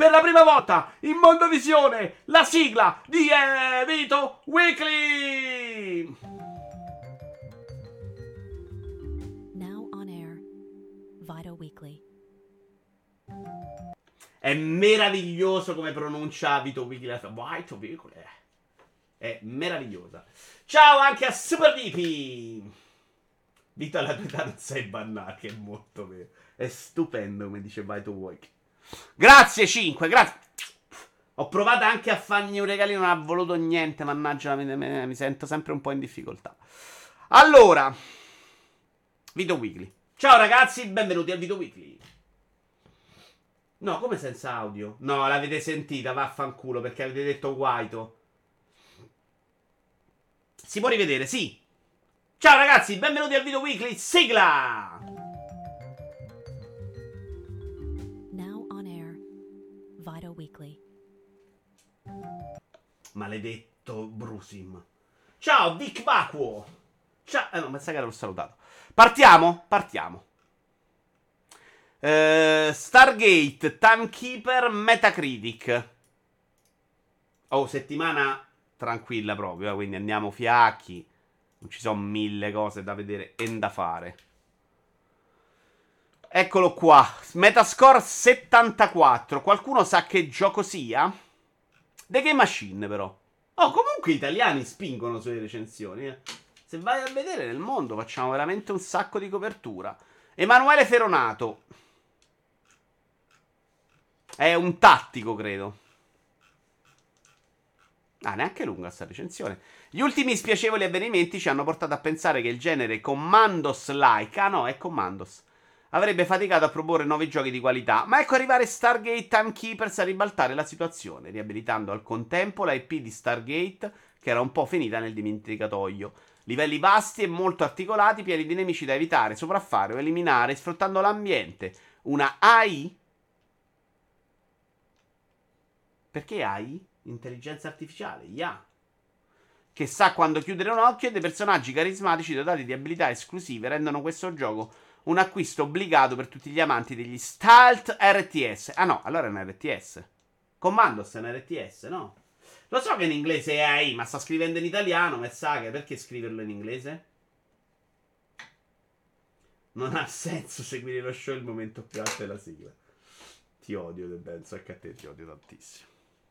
per la prima volta in Mondovisione la sigla di Vito Weekly. Now on air, Vito Weekly. È meraviglioso come pronuncia Vito Weekly. Vito Weekly. È meravigliosa. Ciao anche a Super Dipi. Vito alla tua età non sei bannato, che è molto vero. È stupendo come dice Vito Weekly. Grazie 5, grazie. Ho provato anche a fargli un regalino, non ha voluto niente, mannaggia, mi sento sempre un po' in difficoltà. Allora, Vito Weekly. Ciao ragazzi, benvenuti al Vito Weekly. No, come senza audio? No, l'avete sentita, vaffanculo, perché avete detto Guaito. Si può rivedere, sì. Ciao ragazzi, benvenuti al Vito Weekly, sigla! Now on air, Vito Weekly. Maledetto Brusim. Ciao, Vic Vacuo. Ciao, no, ma sa che l'ho salutato. Partiamo? Partiamo. Stargate, Timekeeper, Metacritic. Oh, settimana tranquilla proprio, quindi andiamo fiacchi. Non ci sono mille cose da vedere e da fare. Eccolo qua. Metascore 74. Qualcuno sa che gioco sia? The Game Machine, però. Oh, comunque gli italiani spingono sulle recensioni. Se vai a vedere nel mondo facciamo veramente un sacco di copertura. Emanuele Feronato. È un tattico, credo. Ah, neanche lunga sta recensione. Gli ultimi spiacevoli avvenimenti ci hanno portato a pensare che il genere Commandos-like, ah no, è Commandos, avrebbe faticato a proporre nuovi giochi di qualità, ma ecco arrivare Stargate Timekeepers a ribaltare la situazione, riabilitando al contempo la IP di Stargate, che era un po' finita nel dimenticatoio. Livelli vasti e molto articolati, pieni di nemici da evitare, sopraffare o eliminare, sfruttando l'ambiente. Una AI? Perché AI? Intelligenza artificiale, IA. Che sa quando chiudere un occhio, e dei personaggi carismatici dotati di abilità esclusive rendono questo gioco un acquisto obbligato per tutti gli amanti degli stealth RTS. Ah no, allora è un RTS. Commandos è un RTS, no? Lo so che in inglese è AI, ma sta scrivendo in italiano, ma sa che perché scriverlo in inglese? Non ha senso seguire lo show il momento più alto della sigla. Ti odio, De Benzo, anche a te ti odio tantissimo.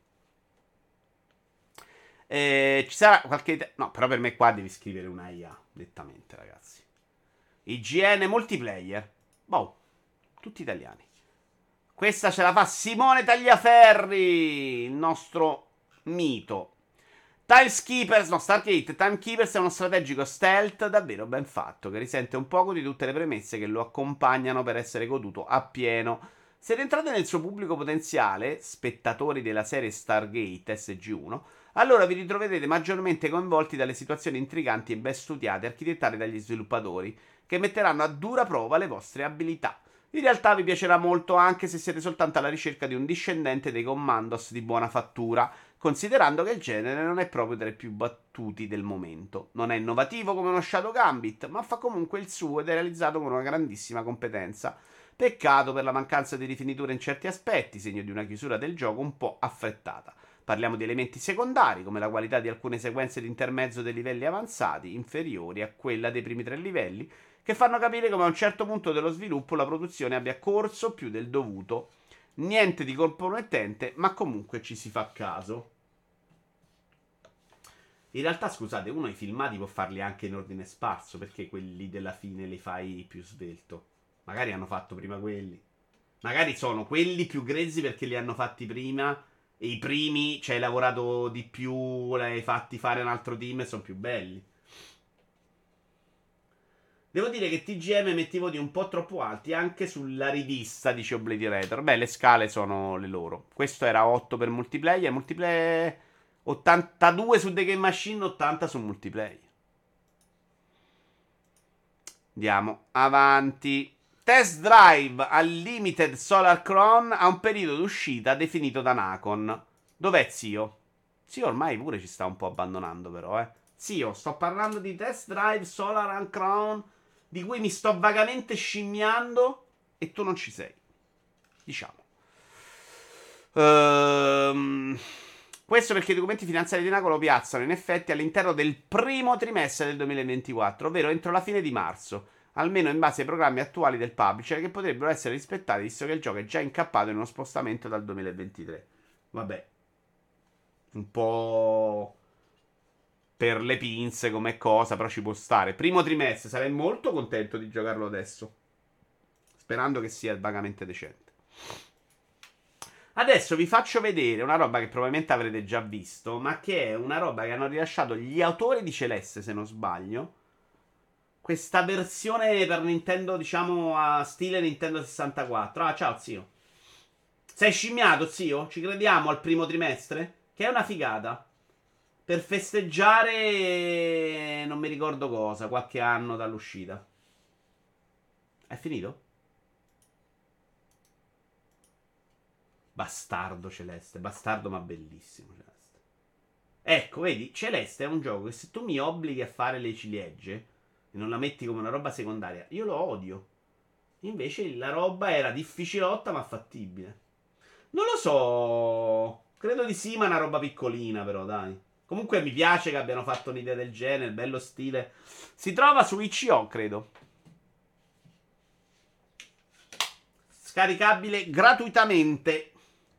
Ci sarà qualche... No, però per me qua devi scrivere una IA, nettamente, ragazzi. IGN multiplayer. Boh, tutti italiani. Questa ce la fa Simone Tagliaferri, il nostro mito. Timekeepers, no, Stargate Timekeepers è uno strategico stealth davvero ben fatto, che risente un poco di tutte le premesse che lo accompagnano per essere goduto appieno. Se rientrate nel suo pubblico potenziale, spettatori della serie Stargate SG1, allora vi ritroverete maggiormente coinvolti dalle situazioni intriganti e ben studiate e architettate dagli sviluppatori, che metteranno a dura prova le vostre abilità. In realtà vi piacerà molto anche se siete soltanto alla ricerca di un discendente dei Commandos di buona fattura, considerando che il genere non è proprio tra i più battuti del momento. Non è innovativo come uno Shadow Gambit, ma fa comunque il suo ed è realizzato con una grandissima competenza. Peccato per la mancanza di rifinitura in certi aspetti, segno di una chiusura del gioco un po' affrettata. Parliamo di elementi secondari, come la qualità di alcune sequenze di intermezzo dei livelli avanzati, inferiori a quella dei primi 3 livelli, che fanno capire come a un certo punto dello sviluppo la produzione abbia corso più del dovuto. Niente di compromettente, ma comunque ci si fa caso. In realtà, scusate, uno i filmati può farli anche in ordine sparso, perché quelli della fine li fai più svelto. Magari hanno fatto prima quelli. Magari sono quelli più grezzi perché li hanno fatti prima, e i primi ci hai lavorato di più, li hai fatti fare un altro team e sono più belli. Devo dire che TGM mette i voti un po' troppo alti anche sulla rivista, dice Obliterator. Beh, le scale sono le loro. Questo era 8 per multiplayer, multiplayer 82 su The Game Machine, 80 su multiplayer. Andiamo avanti. Test Drive Unlimited Solar Crown ha un periodo d'uscita definito da Nacon. Dov'è zio? Zio ormai pure ci sta un po' abbandonando però, Zio, sto parlando di Test Drive Solar Crown, di cui mi sto vagamente scimmiando e tu non ci sei. Diciamo. Ehm, Questo perché i documenti finanziari di Nago lo piazzano in effetti all'interno del primo trimestre del 2024, ovvero entro la fine di marzo, almeno in base ai programmi attuali del publisher che potrebbero essere rispettati visto che il gioco è già incappato in uno spostamento dal 2023. Vabbè, un po' per le pinze come cosa, però ci può stare. Primo trimestre, sarei molto contento di giocarlo adesso, sperando che sia vagamente decente. Adesso vi faccio vedere una roba che probabilmente avrete già visto, ma che è una roba che hanno rilasciato gli autori di Celeste, se non sbaglio. Questa versione per Nintendo, diciamo, a stile Nintendo 64. Ah, ciao, zio. Sei scimmiato, zio? Ci crediamo al primo trimestre? Che è una figata. Per festeggiare, non mi ricordo cosa, qualche anno dall'uscita. È finito? Bastardo Celeste, bastardo ma bellissimo Celeste. Ecco, vedi, Celeste è un gioco che se tu mi obblighi a fare le ciliegie e non la metti come una roba secondaria, io lo odio. Invece la roba era difficilotta ma fattibile. Non lo so, credo di sì, ma è una roba piccolina però, dai. Comunque mi piace che abbiano fatto un'idea del genere, bello stile. Si trova su itch.io, credo. Scaricabile gratuitamente.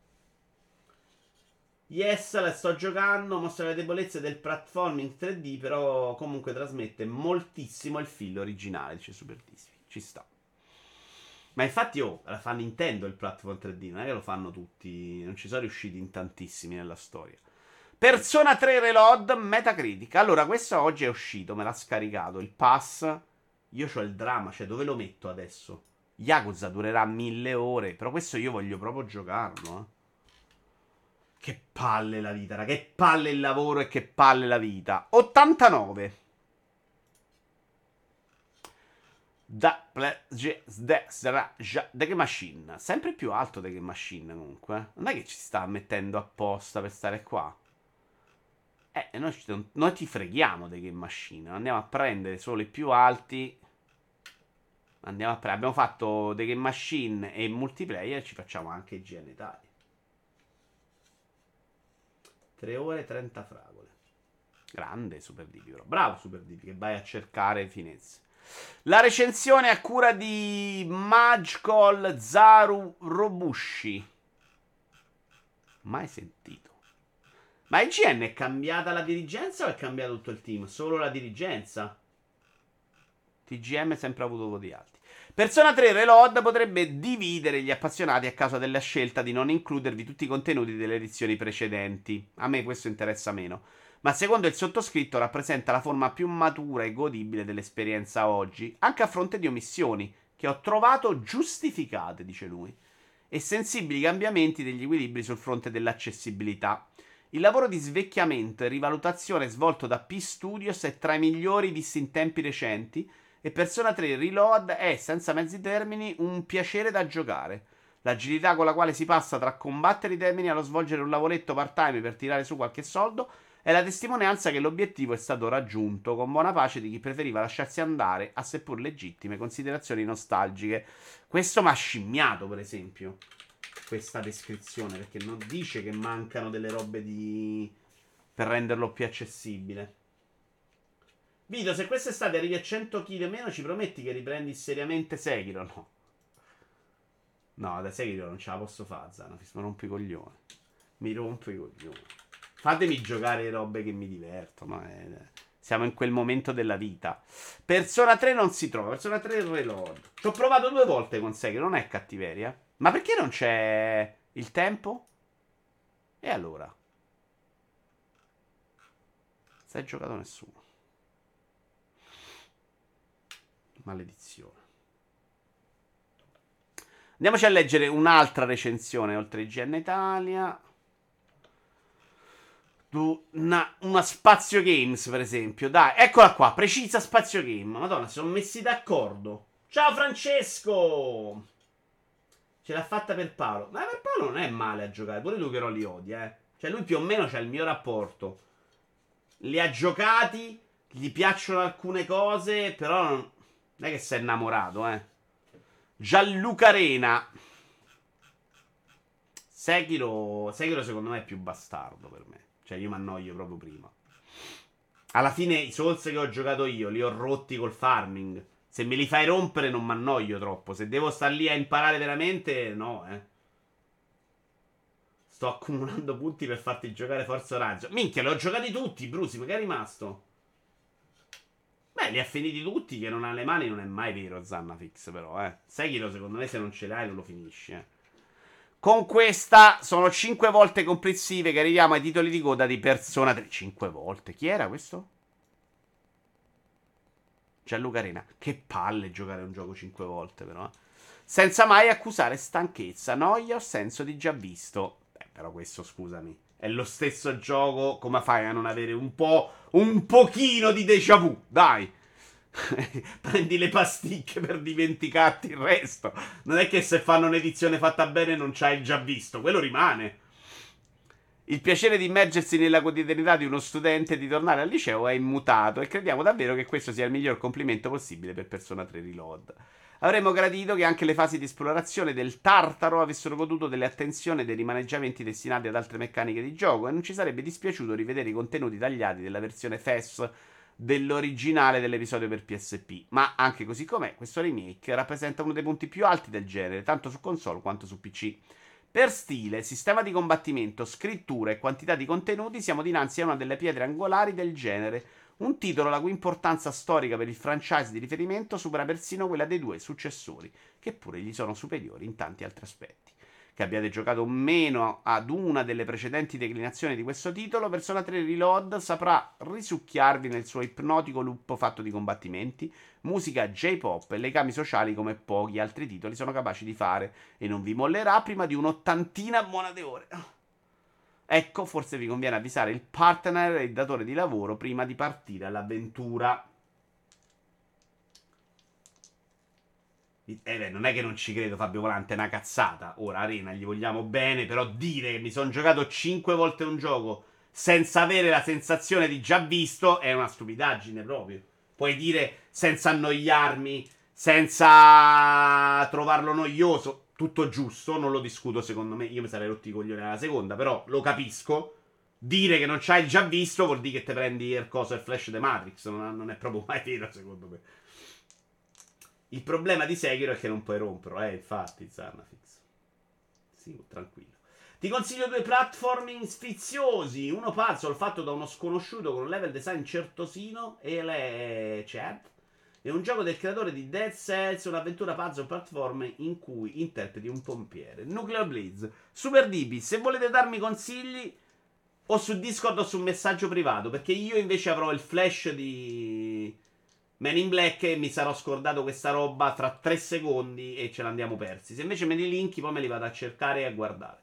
Yes, la sto giocando, mostra le debolezze del platforming 3D, però comunque trasmette moltissimo il feel originale, dice Super Disney. Ci sta. Ma infatti, la fa Nintendo il platform 3D, non è che lo fanno tutti, non ci sono riusciti in tantissimi nella storia. Persona 3 Reload, Metacritic. Allora, questo oggi è uscito, me l'ha scaricato, il pass. Io c'ho il dramma, cioè dove lo metto adesso? Yakuza durerà 1000 ore, però questo io voglio proprio giocarlo, eh. Che palle la vita, raga. Che palle il lavoro e che palle la vita. 89. The Game Machine. Sempre più alto The Game Machine comunque. Non è che ci sta mettendo apposta per stare qua. Noi ti freghiamo The Game Machine. Andiamo a prendere solo i più alti. Andiamo a prendere. Abbiamo fatto The Game Machine e multiplayer. Ci facciamo anche IGN Italia. 3 ore e 30 fragole. Grande Super Divi, però. Bravo Super Divi, che vai a cercare finezze. La recensione a cura di Majkol Zaru Robushi. Mai sentito. Ma IGN è cambiata la dirigenza o è cambiato tutto il team? Solo la dirigenza? TGM sempre avuto voti alti. Persona 3 Reload potrebbe dividere gli appassionati a causa della scelta di non includervi tutti i contenuti delle edizioni precedenti. A me questo interessa meno. Ma secondo il sottoscritto rappresenta la forma più matura e godibile dell'esperienza oggi, anche a fronte di omissioni, che ho trovato giustificate, dice lui, e sensibili cambiamenti degli equilibri sul fronte dell'accessibilità. Il lavoro di svecchiamento e rivalutazione svolto da P-Studios è tra i migliori visti in tempi recenti e Persona 3 Reload è, senza mezzi termini, un piacere da giocare. L'agilità con la quale si passa tra combattere i termini allo svolgere un lavoretto part-time per tirare su qualche soldo è la testimonianza che l'obiettivo è stato raggiunto, con buona pace di chi preferiva lasciarsi andare a seppur legittime considerazioni nostalgiche. Questo mi ha scimmiato, per esempio, questa descrizione, perché non dice che mancano delle robe per renderlo più accessibile. Vito, se quest'estate arrivi a 100 kg o meno, ci prometti che riprendi seriamente Sekiro? No. No, da Sekiro non ce la posso fare, Zanafis, mi rompo i coglioni. Mi rompo i coglioni. Fatemi giocare robe che mi divertono. Siamo in quel momento della vita. Persona 3 non si trova. Persona 3 Reload. Ci ho provato 2 volte con Sekiro, non è cattiveria. Ma perché non c'è il tempo? E allora? Si è giocato nessuno. Maledizione. Andiamoci a leggere un'altra recensione oltre IGN Italia. Una Spazio Games, per esempio. Dai, eccola qua, precisa Spazio Game. Madonna, si sono messi d'accordo. Ciao Francesco! Ce l'ha fatta per Paolo. Ma per Paolo non è male a giocare. Pure lui però li odia, eh. Cioè lui più o meno c'ha il mio rapporto. Li ha giocati, gli piacciono alcune cose, però non è che si è innamorato, eh. Gianluca Arena. Sekiro secondo me è più bastardo per me. Cioè io mi annoio proprio prima. Alla fine i Souls che ho giocato io li ho rotti col farming. Se me li fai rompere non mi annoio troppo. Se devo star lì a imparare veramente, no, eh. Sto accumulando punti per farti giocare Forza Horizon. Minchia, li ho giocati tutti, Brusi, ma che è rimasto? Beh, li ha finiti tutti, che non ha le mani non è mai vero, Zannafix, però, eh. Sekiro, secondo me, se non ce l'hai non lo finisci, eh. Con questa sono 5 volte complessive che arriviamo ai titoli di coda di Persona 3. 5 volte. Chi era questo? Gianluca Arena. Che palle giocare un gioco 5 volte, però. Senza mai accusare stanchezza, noia o senso di già visto. Però questo, scusami, è lo stesso gioco. Come fai a non avere un pochino di déjà vu? Dai. Prendi le pasticche per dimenticarti il resto. Non è che se fanno un'edizione fatta bene non c'hai il già visto, quello rimane. Il piacere di immergersi nella quotidianità di uno studente e di tornare al liceo è immutato e crediamo davvero che questo sia il miglior complimento possibile per Persona 3 Reload. Avremmo gradito che anche le fasi di esplorazione del Tartaro avessero goduto delle attenzioni e dei rimaneggiamenti destinati ad altre meccaniche di gioco e non ci sarebbe dispiaciuto rivedere i contenuti tagliati della versione FES dell'originale dell'episodio per PSP. Ma anche così com'è, questo remake rappresenta uno dei punti più alti del genere, tanto su console quanto su PC. Per stile, sistema di combattimento, scrittura e quantità di contenuti siamo dinanzi a una delle pietre angolari del genere. Un titolo la cui importanza storica per il franchise di riferimento supera persino quella dei due successori, che pure gli sono superiori in tanti altri aspetti. Che abbiate giocato meno ad una delle precedenti declinazioni di questo titolo, Persona 3 Reload saprà risucchiarvi nel suo ipnotico loop fatto di combattimenti, musica J-pop e legami sociali come pochi altri titoli sono capaci di fare, e non vi mollerà prima di un'ottantina buona di ore. Ecco, forse vi conviene avvisare il partner e il datore di lavoro prima di partire all'avventura. Non è che non ci credo, Fabio Volante, è una cazzata. Ora, Arena, gli vogliamo bene, però dire che mi sono giocato 5 volte un gioco senza avere la sensazione di già visto è una stupidaggine proprio. Puoi dire senza annoiarmi, senza trovarlo noioso, tutto giusto, non lo discuto secondo me. Io mi sarei rotti i coglioni alla seconda, però lo capisco. Dire che non c'hai già visto vuol dire che te prendi il coso e Flash The Matrix. Non è proprio mai vero, secondo me. Il problema di Sekiro è che non puoi romperlo, infatti, Zanafix. Sì, tranquillo. Ti consiglio 2 platforming sfiziosi. Uno puzzle fatto da uno sconosciuto con un level design certosino e le chat. È un gioco del creatore di Dead Cells, un'avventura puzzle platform in cui interpreti un pompiere. Nuclear Blitz. Super DB, se volete darmi consigli o su Discord o su messaggio privato, perché io invece avrò il flash di Man in Black e mi sarò scordato questa roba tra 3 secondi e ce l'andiamo persi. Se invece me li linki poi me li vado a cercare e a guardare.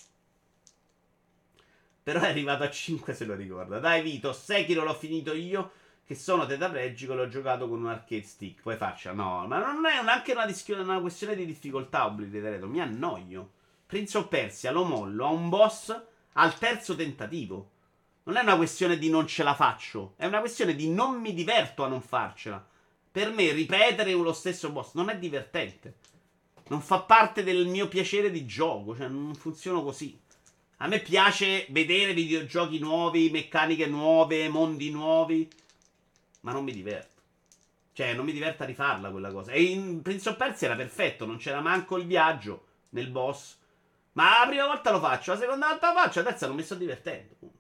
Però è arrivato a 5 se lo ricorda. Dai Vito, Sekiro l'ho finito io, che sono tetraplegico, l'ho giocato con un arcade stick. Puoi farcela? No, ma non è anche una questione di difficoltà, obliterato. Mi annoio. Prince of Persia lo mollo a un boss al terzo tentativo. Non è una questione di non ce la faccio, è una questione di non mi diverto a non farcela. Per me ripetere lo stesso boss non è divertente. Non fa parte del mio piacere di gioco, cioè non funziona così. A me piace vedere videogiochi nuovi, meccaniche nuove, mondi nuovi, ma non mi diverto. Cioè, non mi diverto a rifarla quella cosa. E in Prince of Persia era perfetto, non c'era manco il viaggio nel boss. Ma la prima volta lo faccio, la seconda volta lo faccio, la terza non mi sto divertendo. Punto.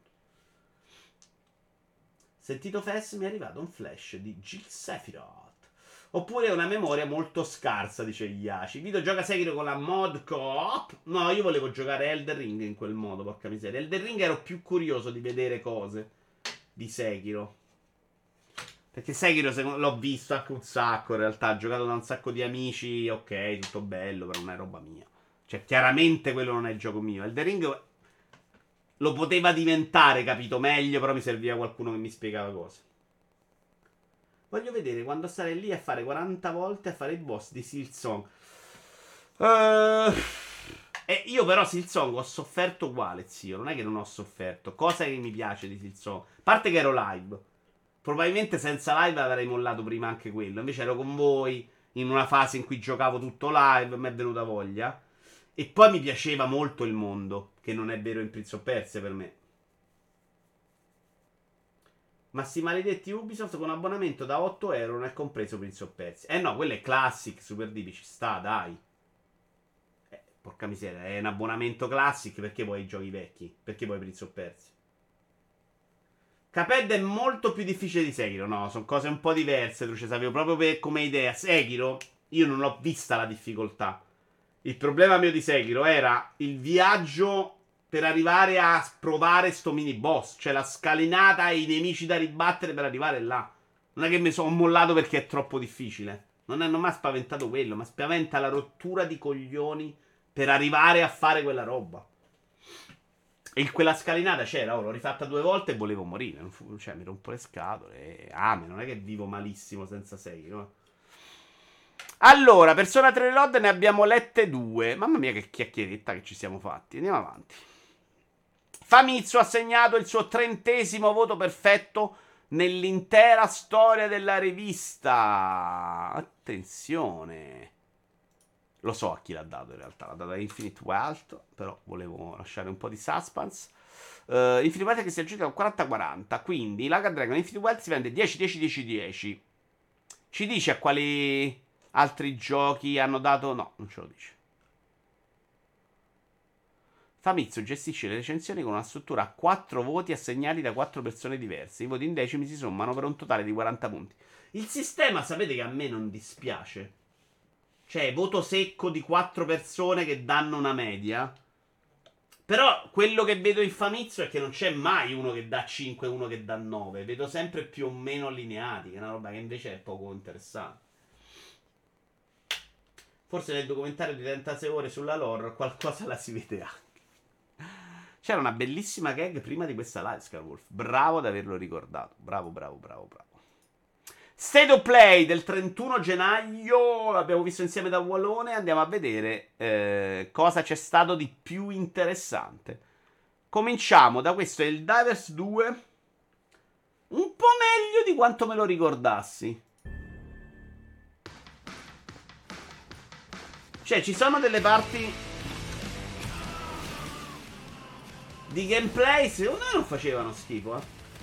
Sentito Fess mi è arrivato un flash di Jill Sephiroth. Oppure una memoria molto scarsa, dice Iaci. Vito gioca Sekiro con la mod co-op. No, io volevo giocare Elden Ring in quel modo, porca miseria. Elden Ring ero più curioso di vedere cose di Sekiro. Perché Sekiro l'ho visto anche un sacco, in realtà. Ho giocato da un sacco di amici, ok, tutto bello, però non è roba mia. Cioè, chiaramente quello non è il gioco mio. Elden Ring lo poteva diventare, capito, meglio, però mi serviva qualcuno che mi spiegava cose. Voglio vedere quando starei lì a fare 40 volte a fare il boss di Silksong. E io però Silksong ho sofferto uguale, zio. Non è che non ho sofferto. Cosa che mi piace di Silksong? A parte che ero live. Probabilmente senza live avrei mollato prima anche quello. Invece ero con voi in una fase in cui giocavo tutto live. Mi è venuta voglia. E poi mi piaceva molto il mondo, che non è vero in Prince of Persia per me. Ma sti maledetti Ubisoft con abbonamento da 8 euro non è compreso Prince of Persia. Eh no, quello è Classic, Super DB, ci sta, dai. Porca miseria, è un abbonamento Classic, perché vuoi i giochi vecchi? Perché vuoi Prince of Persia? Cuphead è molto più difficile di Sekiro, no, sono cose un po' diverse, tu ci sapevo proprio come idea. Sekiro, io non l'ho vista la difficoltà. Il problema mio di Sekiro era il viaggio per arrivare a provare sto mini boss, cioè la scalinata e i nemici da ribattere per arrivare là. Non è che mi sono mollato perché è troppo difficile. Non mi ha spaventato quello, ma spaventa la rottura di coglioni per arrivare a fare quella roba. E quella scalinata c'era, l'ho rifatta 2 volte e volevo morire. Cioè, mi rompo le scatole. Non è che vivo malissimo senza Sekiro. Allora, Persona 3 Reload ne abbiamo lette 2. Mamma mia, che chiacchieretta che ci siamo fatti. Andiamo avanti. Famitsu ha segnato il suo 30° voto perfetto nell'intera storia della rivista. Attenzione. Lo so a chi l'ha dato in realtà. L'ha dato a Infinite Wealth. Però volevo lasciare un po' di suspense. Infinite Wealth che si aggiunge al 40-40. Quindi Laga Dragon Infinite Wealth si vende 10-10-10-10. Ci dice a quali altri giochi hanno dato. No, non ce lo dice. Famitsu gestisce le recensioni con una struttura a 4 voti assegnati da 4 persone diverse. I voti in decimi si sommano per un totale di 40 punti. Il sistema, sapete che a me non dispiace. Cioè, voto secco di 4 persone che danno una media. Però quello che vedo in Famitsu è che non c'è mai uno che dà 5 e uno che dà 9. Vedo sempre più o meno allineati, che è una roba che invece è poco interessante. Forse nel documentario di 36 ore sulla lore qualcosa la si vede anche. C'era una bellissima gag prima di questa live, Scarwolf. Bravo ad averlo ricordato. Bravo. State of Play del 31 gennaio. L'abbiamo visto insieme da Wallone. Andiamo a vedere cosa c'è stato di più interessante. Cominciamo da questo, è il Divers 2. Un po' meglio di quanto me lo ricordassi. Cioè, ci sono delle parti di gameplay, secondo me non facevano schifo,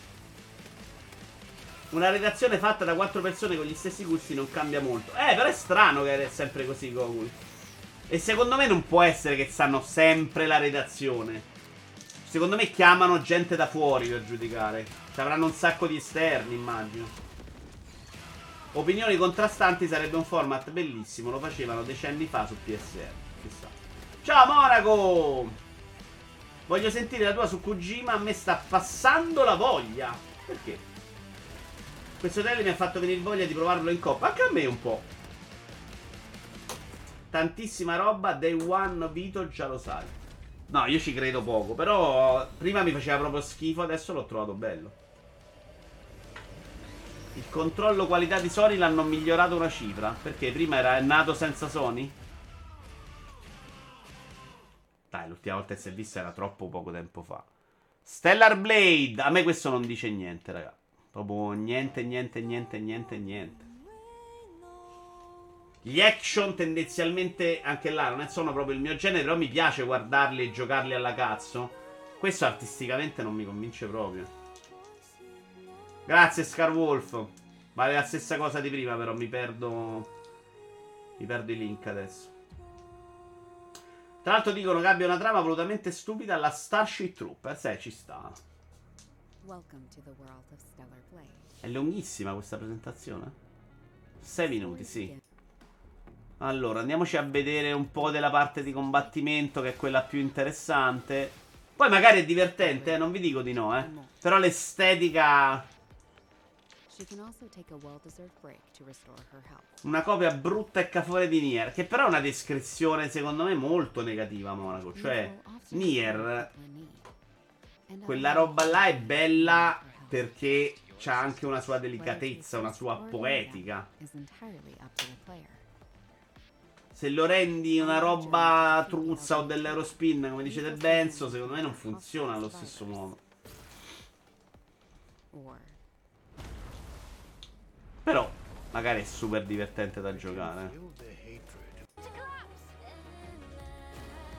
Una redazione fatta da 4 persone con gli stessi gusti non cambia molto. Però è strano che è sempre così, Gogul. E secondo me non può essere che sanno sempre la redazione. Secondo me chiamano gente da fuori per giudicare. Ci avranno un sacco di esterni, immagino. Opinioni contrastanti sarebbe un format bellissimo. Lo facevano decenni fa su PSR. Chissà. Ciao Monaco! Voglio sentire la tua su Kojima. A me sta passando la voglia. Perché? Questo trailer mi ha fatto venire voglia di provarlo in coppa. Anche a me un po'. Tantissima roba. Day One Vito già lo sai. No, io ci credo poco. Però prima mi faceva proprio schifo. Adesso l'ho trovato bello. Il controllo qualità di Sony l'hanno migliorato una cifra. Perché prima era nato senza Sony. Dai, l'ultima volta che si è visto era troppo poco tempo fa. Stellar Blade. A me questo non dice niente, raga. Proprio niente. Gli action tendenzialmente anche là non sono proprio il mio genere, però mi piace guardarli e giocarli alla cazzo. Questo artisticamente non mi convince proprio. Grazie Scarwolf. Vale la stessa cosa di prima, però mi perdo i link adesso. Tra l'altro dicono che abbia una trama volutamente stupida alla Starship Troopers. Ci sta. È lunghissima questa presentazione? 6 minuti, sì. Allora, andiamoci a vedere un po' della parte di combattimento, che è quella più interessante. Poi magari è divertente, non vi dico di no, Però l'estetica... Una copia brutta e cafone di Nier, che però è una descrizione secondo me molto negativa, Monaco. Cioè, Nier, quella roba là è bella perché c'ha anche una sua delicatezza, una sua poetica. Se lo rendi una roba truzza o dell'Eurospin, come dice De Benzo, secondo me non funziona allo stesso modo. Però magari è super divertente da giocare.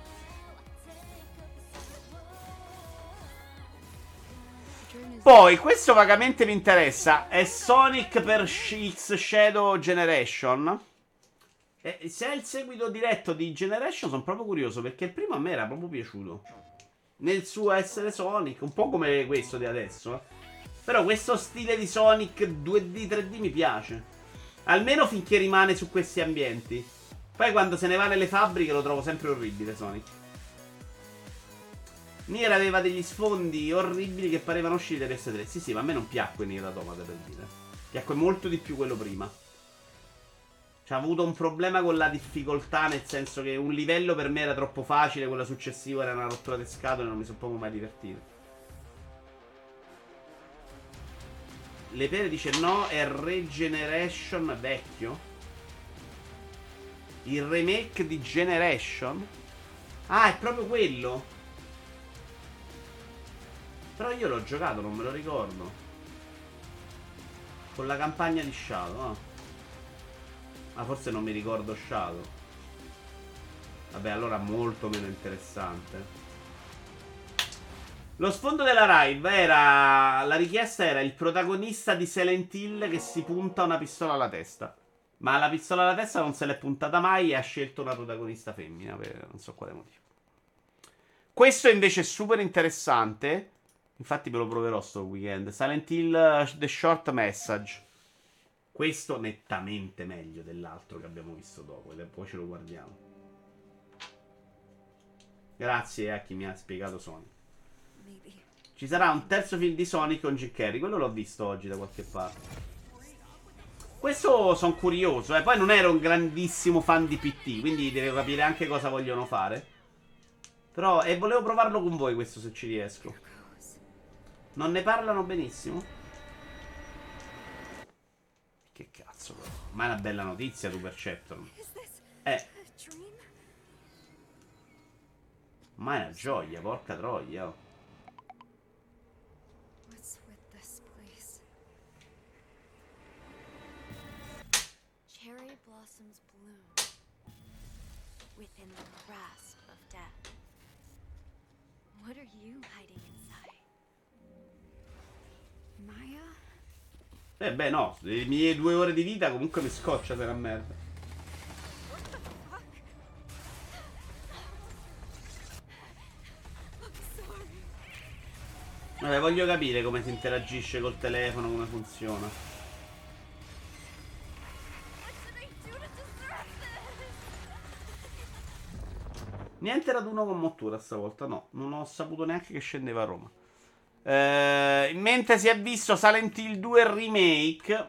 Poi, questo vagamente mi interessa. È Sonic per X Shadow Generation. E se è il seguito diretto di Generation, sono proprio curioso. Perché il primo a me era proprio piaciuto. Nel suo essere Sonic, un po' come questo di adesso. Però questo stile di Sonic 2D, 3D mi piace. Almeno finché rimane su questi ambienti. Poi quando se ne va nelle fabbriche lo trovo sempre orribile Sonic. Nier aveva degli sfondi orribili che parevano usciti da PS3. Sì, sì, ma a me non piacque Nier Automata, per dire. Piacque molto di più quello prima. Cioè, ha avuto un problema con la difficoltà, nel senso che un livello per me era troppo facile, quello successivo era una rottura di scatole e non mi sono proprio mai divertito. Le Pere dice no, è Regeneration vecchio. Il remake di Generation? Ah, è proprio quello. Però io l'ho giocato, non me lo ricordo. Con la campagna di Shadow, no? Ma forse non mi ricordo Shadow. Vabbè, allora molto meno interessante. Lo sfondo della Rive era... La richiesta era il protagonista di Silent Hill che si punta una pistola alla testa. Ma la pistola alla testa non se l'è puntata mai e ha scelto una protagonista femmina per non so quale motivo. Questo invece è super interessante. Infatti me lo proverò sto weekend. Silent Hill The Short Message. Questo nettamente meglio dell'altro che abbiamo visto dopo. E poi ce lo guardiamo. Grazie a chi mi ha spiegato Sonic. Ci sarà un terzo film di Sonic con Jim Carrey. Quello l'ho visto oggi da qualche parte. Questo sono curioso. Poi non ero un grandissimo fan di PT. Quindi devo capire anche cosa vogliono fare. Però, volevo provarlo con voi questo se ci riesco. Non ne parlano benissimo? Che cazzo però. Ma è una bella notizia tu Perceptron. Ma è una gioia, porca troia, oh. Cherry blossoms bloom within the grasp of death. What are you hiding inside? Maya? Beh no, le mie 2 ore di vita comunque mi scoccia se la merda. Vabbè, voglio capire come si interagisce col telefono, come funziona. Niente raduno con Mottura stavolta, no. Non ho saputo neanche che scendeva a Roma. Mentre si è visto Silent Hill 2 Remake.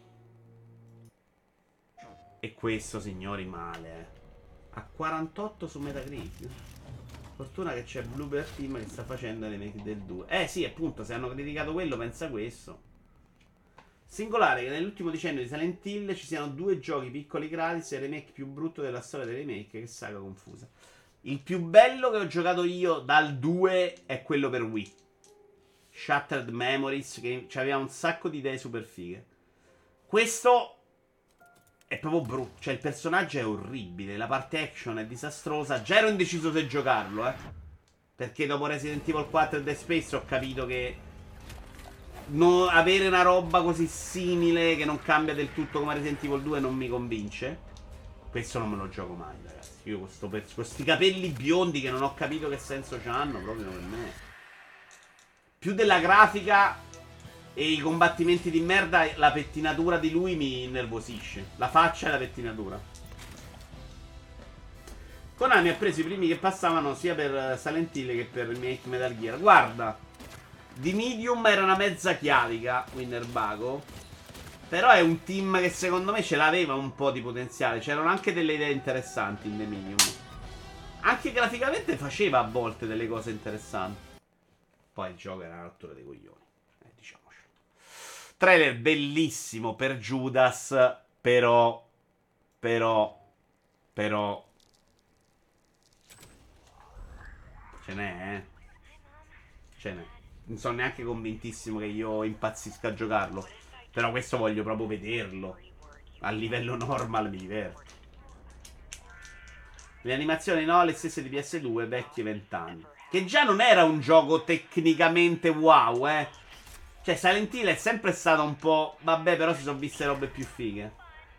E questo, signori, male. A 48 su Metacritic. Fortuna che c'è Bluebird Team che sta facendo il remake del 2. Sì, appunto, se hanno criticato quello, pensa questo. Singolare che nell'ultimo decennio di Silent Hill ci siano 2 giochi piccoli gratis e il remake più brutto della storia dei remake. Che saga confusa. Il più bello che ho giocato io dal 2 è quello per Wii. Shattered Memories, che aveva un sacco di idee super fighe. Questo è proprio brutto. Cioè il personaggio è orribile, la parte action è disastrosa. Già ero indeciso se giocarlo, perché dopo Resident Evil 4 e Dead Space ho capito che avere una roba così simile che non cambia del tutto come Resident Evil 2 non mi convince. Questo non me lo gioco mai, ragazzi. Io con questi capelli biondi che non ho capito che senso c'hanno, proprio per me. Più della grafica e i combattimenti di merda, la pettinatura di lui mi innervosisce. La faccia e la pettinatura. Konami ha preso i primi che passavano sia per Silent Hill che per remake Metal Gear. Guarda, di Medium era una mezza chiavica Winnebago. Però è un team che secondo me ce l'aveva un po' di potenziale. C'erano anche delle idee interessanti in The Medium. Anche graficamente faceva a volte delle cose interessanti. Poi il gioco era una rottura dei coglioni, diciamoci. Trailer bellissimo per Judas. Però ce n'è, ce n'è. Non sono neanche convintissimo che io impazzisca a giocarlo. Però questo voglio proprio vederlo. A livello normal mi diverto. Le animazioni no, le stesse di PS2, vecchie 20 anni. Che già non era un gioco tecnicamente wow, Cioè, Silent Hill è sempre stato un po'... Vabbè, però si sono viste robe più fighe.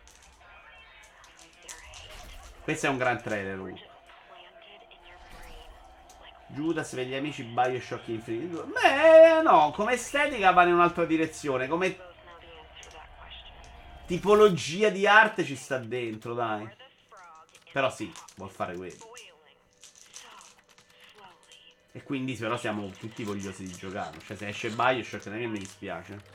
Questo è un gran trailer, comunque. Judas per gli amici Bioshock Infinite 2. Beh, no, come estetica va in un'altra direzione. Come tipologia di arte ci sta dentro, dai. Però sì, vuol fare quello. E quindi però siamo tutti vogliosi di giocarlo. Cioè, se esce Bioshock non è che mi dispiace.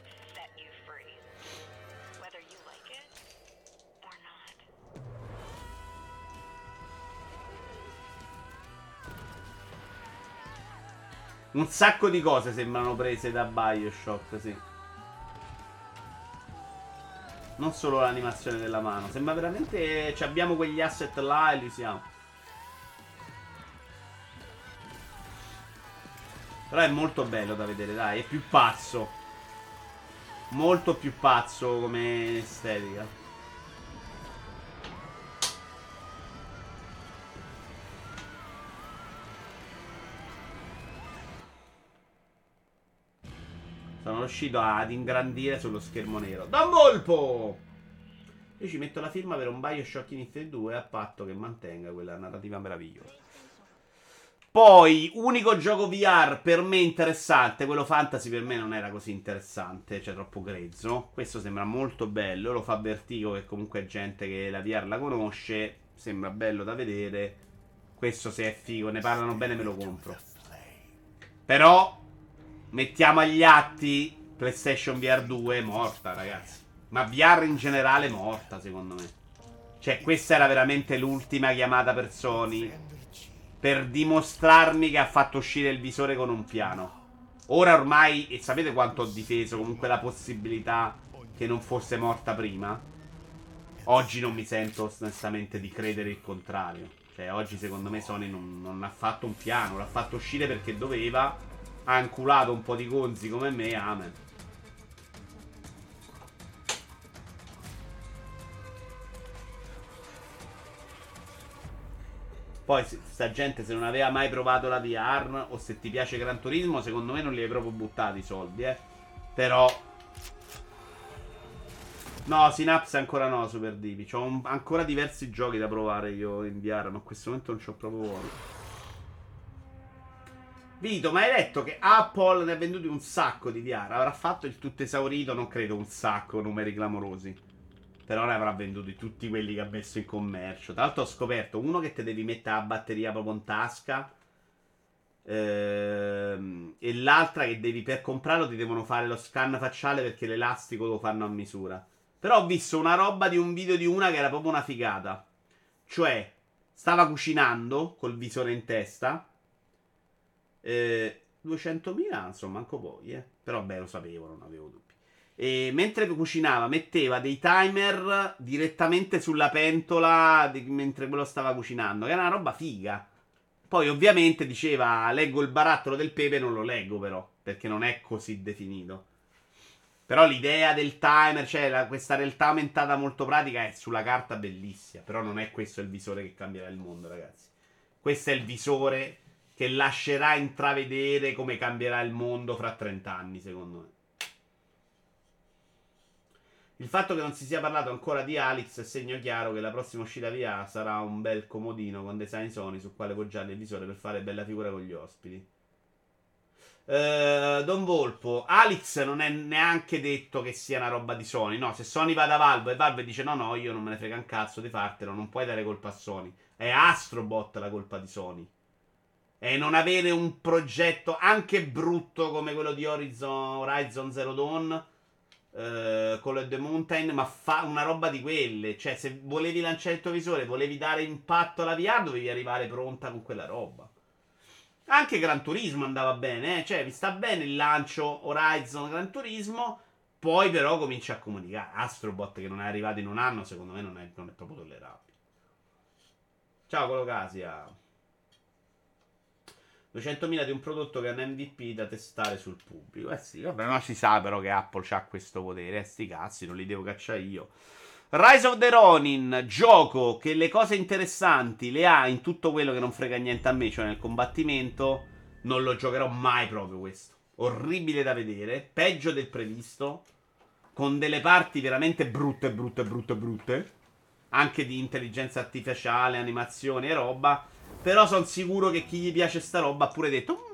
Un sacco di cose sembrano prese da Bioshock, sì. Non solo l'animazione della mano. Sembra veramente... Cioè, abbiamo quegli asset là e li usiamo. Però è molto bello da vedere, dai. È più pazzo. Molto più pazzo come estetica. Sono riuscito ad ingrandire sullo schermo nero. Don Volpo! Io ci metto la firma per un Bioshock Infinite 2 a patto che mantenga quella narrativa meravigliosa. Poi, unico gioco VR per me interessante. Quello fantasy per me non era così interessante, cioè troppo grezzo. Questo sembra molto bello. Lo fa Vertigo, che comunque è gente che la VR la conosce. Sembra bello da vedere. Questo se è figo, ne parlano bene me lo compro. Però mettiamo agli atti PlayStation VR 2 morta, ragazzi. Ma VR in generale morta, secondo me. Cioè, questa era veramente l'ultima chiamata per Sony per dimostrarmi che ha fatto uscire il visore con un piano. Ora ormai, e sapete quanto ho difeso comunque la possibilità che non fosse morta prima? Oggi non mi sento onestamente di credere il contrario. Cioè, oggi secondo me Sony non ha fatto un piano, l'ha fatto uscire perché doveva. Ha inculato un po' di gonzi come me, amen. Poi sta gente se non aveva mai provato la VR o se ti piace Gran Turismo, secondo me non li hai proprio buttati i soldi, Però no, Synapse ancora no, Super Divi. C'ho ancora diversi giochi da provare io in VR, ma in questo momento non c'ho proprio voglia. Vito, ma hai detto che Apple ne ha venduti un sacco di VR? Avrà fatto il tutto esaurito? Non credo un sacco, numeri clamorosi. Però ne avrà venduti tutti quelli che ha messo in commercio. Tra l'altro ho scoperto uno che te devi mettere la batteria proprio in tasca. E l'altra che devi, per comprarlo ti devono fare lo scan facciale perché l'elastico lo fanno a misura. Però ho visto una roba di un video di una che era proprio una figata. Cioè, stava cucinando col visore in testa. 200.000, insomma, manco poi, Però beh, lo sapevo, non avevo dubbi. E mentre cucinava, metteva dei timer direttamente sulla pentola mentre quello stava cucinando, che era una roba figa. Poi, ovviamente, diceva: leggo il barattolo del pepe, non lo leggo, però, perché non è così definito. Però l'idea del timer, cioè questa realtà aumentata molto pratica, è sulla carta bellissima. Però non è questo il visore che cambierà il mondo, ragazzi. Questo è il visore che lascerà intravedere come cambierà il mondo fra 30 anni, secondo me. Il fatto che non si sia parlato ancora di Alex è segno chiaro che la prossima uscita via sarà un bel comodino con design Sony su quale poggiare il visore per fare bella figura con gli ospiti. Don Volpo, Alex non è neanche detto che sia una roba di Sony. No, se Sony va da Valve e Valve dice no, io non me ne frega un cazzo di fartelo, non puoi dare colpa a Sony. È Astrobot la colpa di Sony. E non avere un progetto anche brutto come quello di Horizon Zero Dawn, Call of the Mountain, ma fa una roba di quelle. Cioè, se volevi lanciare il tuo visore, volevi dare impatto alla VR, dovevi arrivare pronta con quella roba. Anche Gran Turismo andava bene, Cioè, vi sta bene il lancio Horizon Gran Turismo, poi però comincia a comunicare. Astrobot che non è arrivato in un anno, secondo me non è proprio tollerabile. Ciao Colocasia. 200.000 di un prodotto che è un MVP da testare sul pubblico. Sì, vabbè, ma si sa però che Apple c'ha questo potere. Sti cazzi, non li devo cacciare io. Rise of the Ronin, gioco che le cose interessanti le ha in tutto quello che non frega niente a me, cioè nel combattimento. Non lo giocherò mai proprio questo. orribile da vedere, peggio del previsto, con delle parti veramente brutte, brutte, brutte, brutte, anche di intelligenza artificiale, animazioni e roba. Però sono sicuro che chi gli piace sta roba ha pure detto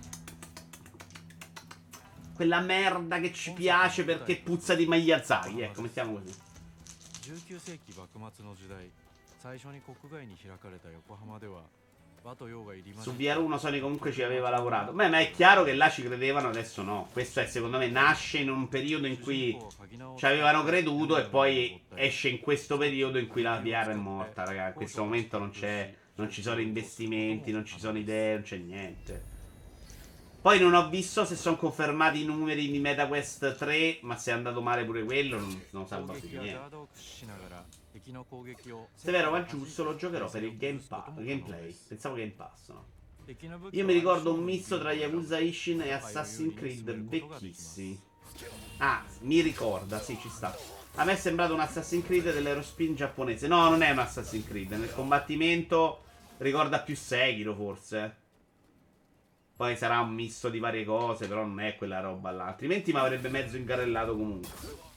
quella merda che ci piace perché puzza di Miyazaki. Ecco, mettiamo così. 19世紀幕末の時代、最初に国外に開かれた横浜では和と洋が入り混じ Su った VR1 Sony comunque ci aveva lavorato. Beh, ma è chiaro che là ci credevano, adesso no. Questo è, secondo me, nasce in un periodo in cui ci avevano creduto e poi esce in questo periodo in cui la VR è morta, raga. In questo momento non c'è, non ci sono investimenti, non ci sono idee, non c'è niente. Poi non ho visto se sono confermati i numeri di MetaQuest 3, ma se è andato male pure quello non salva più 攻 di 撃や niente. ガードを駆使しながら敵の攻撃を Severo ma giusto, lo giocherò per il gameplay. Pensavo Game Pass, no? 敵の武器 Io は mi ricordo un 相性 misto tra Yakuza Ishin e Assassin's Creed vecchissimi. Ah, mi ricorda, sì, ci sta. A me è sembrato un Assassin's Creed dell'Aerospin giapponese. No, non è un Assassin's Creed. Nel combattimento ricorda più Sekiro, forse. Poi sarà un misto di varie cose, però non è quella roba là. Altrimenti mi avrebbe mezzo ingarellato comunque.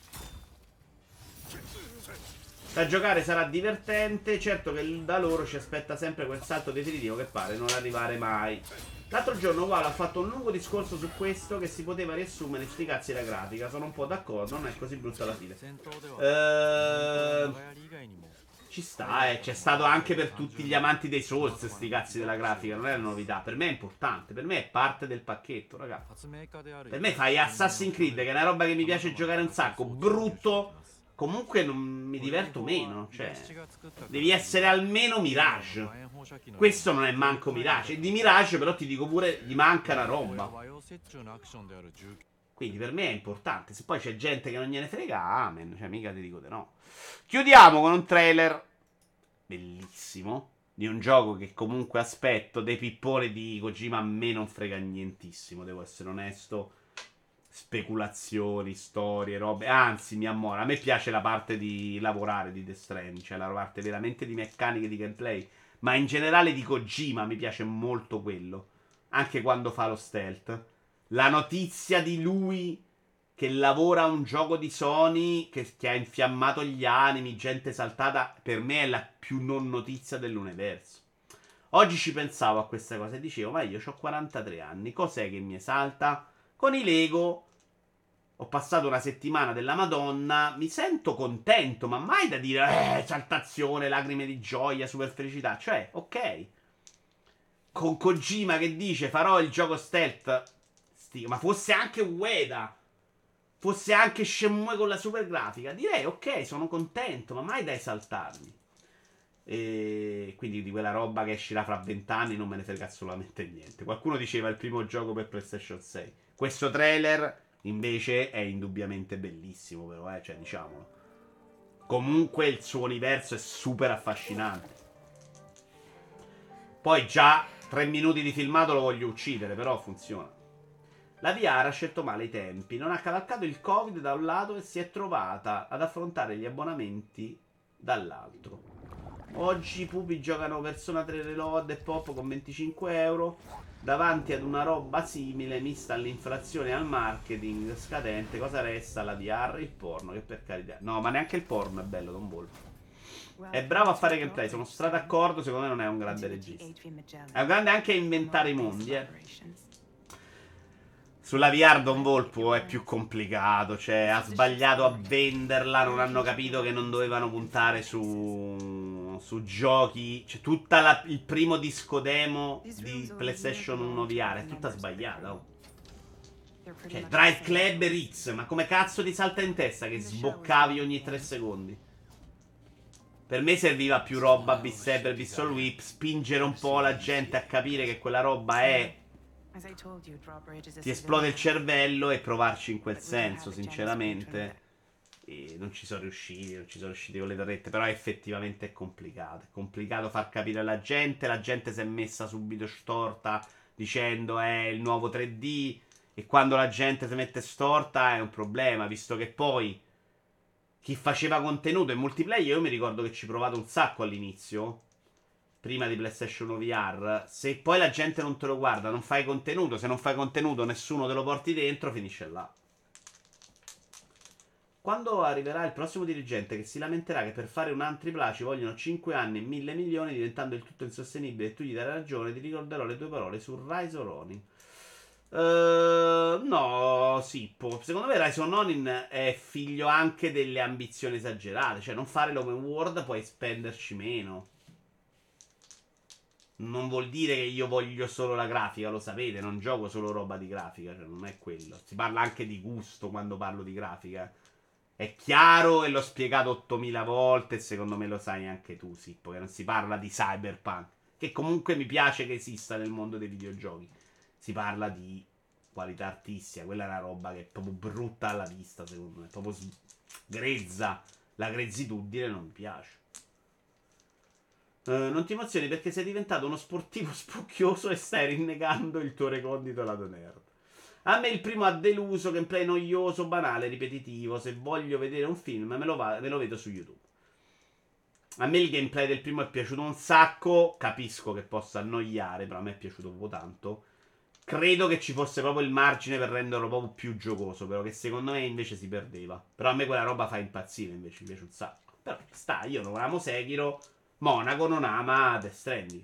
Da giocare sarà divertente. Certo che da loro ci aspetta sempre quel salto definitivo che pare non arrivare mai. L'altro giorno Wall ha fatto un lungo discorso su questo che si poteva riassumere sti cazzi la grafica. Sono un po' d'accordo, non è così brutta alla fine. 戦闘では Ehm... 長槍以外にも Ci sta, c'è stato anche per tutti gli amanti dei Souls sti cazzi della grafica, non è una novità. Per me è importante, per me è parte del pacchetto, raga. 発明家である Per me fai Assassin's Creed, che è una roba che mi piace giocare un sacco, brutto, comunque non mi diverto meno, cioè devi essere almeno Mirage. Questo non è manco Mirage, e di Mirage però ti dico pure gli manca una roba. 和洋折衷のアクションである19 Quindi per me è importante. Se poi c'è gente che non gliene frega, amen. Cioè, mica ti dico di no. Chiudiamo con un trailer bellissimo di un gioco che comunque aspetto. Dei pipponi di Kojima a me non frega nientissimo, devo essere onesto. Speculazioni, storie, robe. Anzi, mi ammora. A me piace la parte di lavorare di Death Stranding, cioè la parte veramente di meccaniche di gameplay. Ma in generale di Kojima mi piace molto quello. Anche quando fa lo stealth. La notizia di lui che lavora a un gioco di Sony che ha infiammato gli animi, gente saltata, per me è la più non notizia dell'universo. Oggi ci pensavo a questa cosa e dicevo, ma io ho 43 anni, cos'è che mi esalta? Con i Lego ho passato una settimana della Madonna, mi sento contento, ma mai da dire, esaltazione, lacrime di gioia, super felicità. Cioè, ok. Con Kojima che dice, farò il gioco stealth... ma fosse anche Ueda, fosse anche Shenmue con la super grafica, direi ok, sono contento, ma mai da esaltarmi. E quindi di quella roba che uscirà fra 20 anni non me ne frega assolutamente niente. Qualcuno diceva il primo gioco per PlayStation 6. Questo trailer invece è indubbiamente bellissimo, però, cioè, diciamolo. Comunque il suo universo è super affascinante. Poi già 3 minuti di filmato lo voglio uccidere, però funziona. La VR ha scelto male i tempi, non ha cavalcato il Covid da un lato e si è trovata ad affrontare gli abbonamenti dall'altro. Oggi i pupi giocano Persona 3 Reload e Pop con 25 euro davanti ad una roba simile mista all'inflazione e al marketing scadente. Cosa resta? La VR e il porno, che per carità. No, ma neanche il porno è bello, Don Volpo. È bravo a fare gameplay, sono stato d'accordo, secondo me non è un grande regista. È un grande anche a inventare i mondi, Sulla VR Don Volpo è più complicato, cioè ha sbagliato a venderla, non hanno capito che non dovevano puntare su giochi, cioè tutta il primo disco demo di PlayStation 1 VR è tutta sbagliata, oh. Cioè Drive Club e Ritz, ma come cazzo ti salta in testa che sboccavi ogni 3 secondi? Per me serviva più roba Beat Saber, Pistol Whip, spingere un po' la gente a capire che quella roba è... ti esplode il cervello e provarci in quel senso, sinceramente. E non ci sono riusciti con le torrette, però effettivamente è complicato. È complicato far capire alla gente, la gente si è messa subito storta dicendo è il nuovo 3D, e quando la gente si mette storta è un problema, visto che poi chi faceva contenuto in multiplayer, io mi ricordo che ci ho provato un sacco all'inizio. prima di PlayStation 1 VR, se poi la gente non te lo guarda, non fai contenuto, se non fai contenuto nessuno te lo porti dentro, finisce là. Quando arriverà il prossimo dirigente che si lamenterà che per fare un Triple ci vogliono 5 anni e 1000 milioni, diventando il tutto insostenibile e tu gli dai ragione, ti ricorderò le tue parole su Rise of Ronin. No, Sippo. Secondo me Rise of Ronin è figlio anche delle ambizioni esagerate. Cioè, non fare l'open world puoi spenderci meno. Non vuol dire che io voglio solo la grafica, lo sapete, non gioco solo roba di grafica, cioè non è quello. Si parla anche di gusto quando parlo di grafica. È chiaro e l'ho spiegato 8000 volte e secondo me lo sai anche tu, Sippo, che non si parla di cyberpunk, che comunque mi piace che esista nel mondo dei videogiochi. Si parla di qualità artistica, quella è una roba che è proprio brutta alla vista, secondo me, è proprio grezza. La grezzitudine non mi piace. Non ti emozioni perché sei diventato uno sportivo spocchioso e stai rinnegando il tuo recondito lato nerd. A me il primo ha deluso, gameplay noioso, banale, ripetitivo. Se voglio vedere un film me lo vedo su YouTube. A me il gameplay del primo è piaciuto un sacco. Capisco che possa annoiare, però a me è piaciuto proprio tanto. Credo che ci fosse proprio il margine per renderlo proprio più giocoso, però che secondo me invece si perdeva. Però a me quella roba fa impazzire, invece mi piace un sacco. Però sta, io non amo Sekiro, Monaco non ama Death Stranding.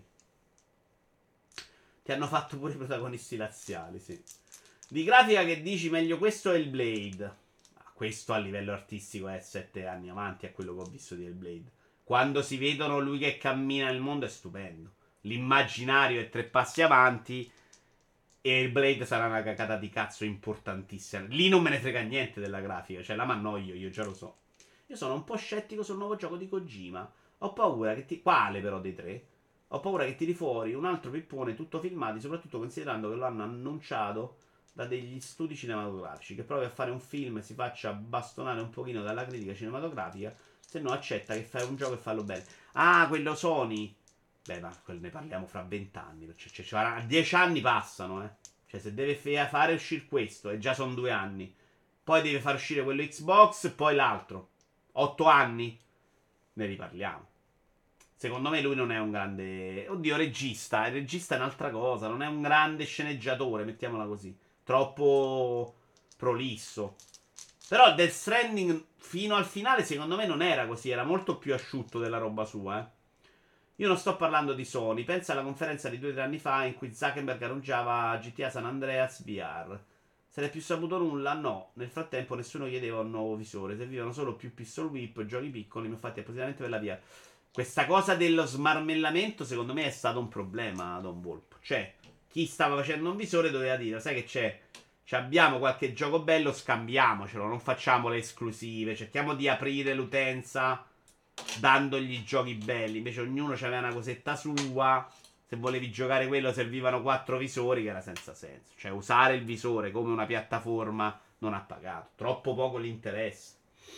Ti hanno fatto pure i protagonisti laziali, sì. Di grafica che dici meglio questo è il Blade. Questo a livello artistico è 7 anni avanti a quello che ho visto di Hellblade. Quando si vedono lui che cammina nel mondo è stupendo. L'immaginario è 3 passi avanti e il Blade sarà una cagata di cazzo importantissima. Lì non me ne frega niente della grafica, cioè la m'annoio, io già lo so. Io sono un po' scettico sul nuovo gioco di Kojima. Ho paura che ti... Quale però dei 3? Ho paura che tiri fuori un altro pippone tutto filmati, soprattutto considerando che lo hanno annunciato da degli studi cinematografici, che provi a fare un film e si faccia bastonare un pochino dalla critica cinematografica, se no accetta che fai un gioco e fallo bene. Ah, quello Sony. Beh, ma ne parliamo fra 20 anni. Cioè, 10 anni passano, eh. Cioè, se deve fare uscire questo, e già sono 2 anni, poi deve far uscire quello Xbox, poi l'altro. 8 anni? Ne riparliamo. Secondo me lui non è un grande... Oddio, regista. Il regista è un'altra cosa. Non è un grande sceneggiatore, mettiamola così. Troppo prolisso. Però Death Stranding fino al finale secondo me non era così. Era molto più asciutto della roba sua, eh. Io non sto parlando di Sony. Pensa alla conferenza di 2 o 3 anni fa in cui Zuckerberg annunciava GTA San Andreas VR. Se ne è più saputo nulla? No. Nel frattempo nessuno chiedeva un nuovo visore. Servivano solo più pistol whip, giochi piccoli, ma fatti appositamente per la VR. Questa cosa dello smarmellamento secondo me è stato un problema, Don Volp. Cioè, chi stava facendo un visore doveva dire, sai che c'è? Abbiamo qualche gioco bello, scambiamocelo, non facciamo le esclusive, cerchiamo di aprire l'utenza dandogli giochi belli. Invece ognuno aveva una cosetta sua. Se volevi giocare quello servivano 4 visori, che era senza senso. Cioè usare il visore come una piattaforma non ha pagato. Troppo poco l'interesse.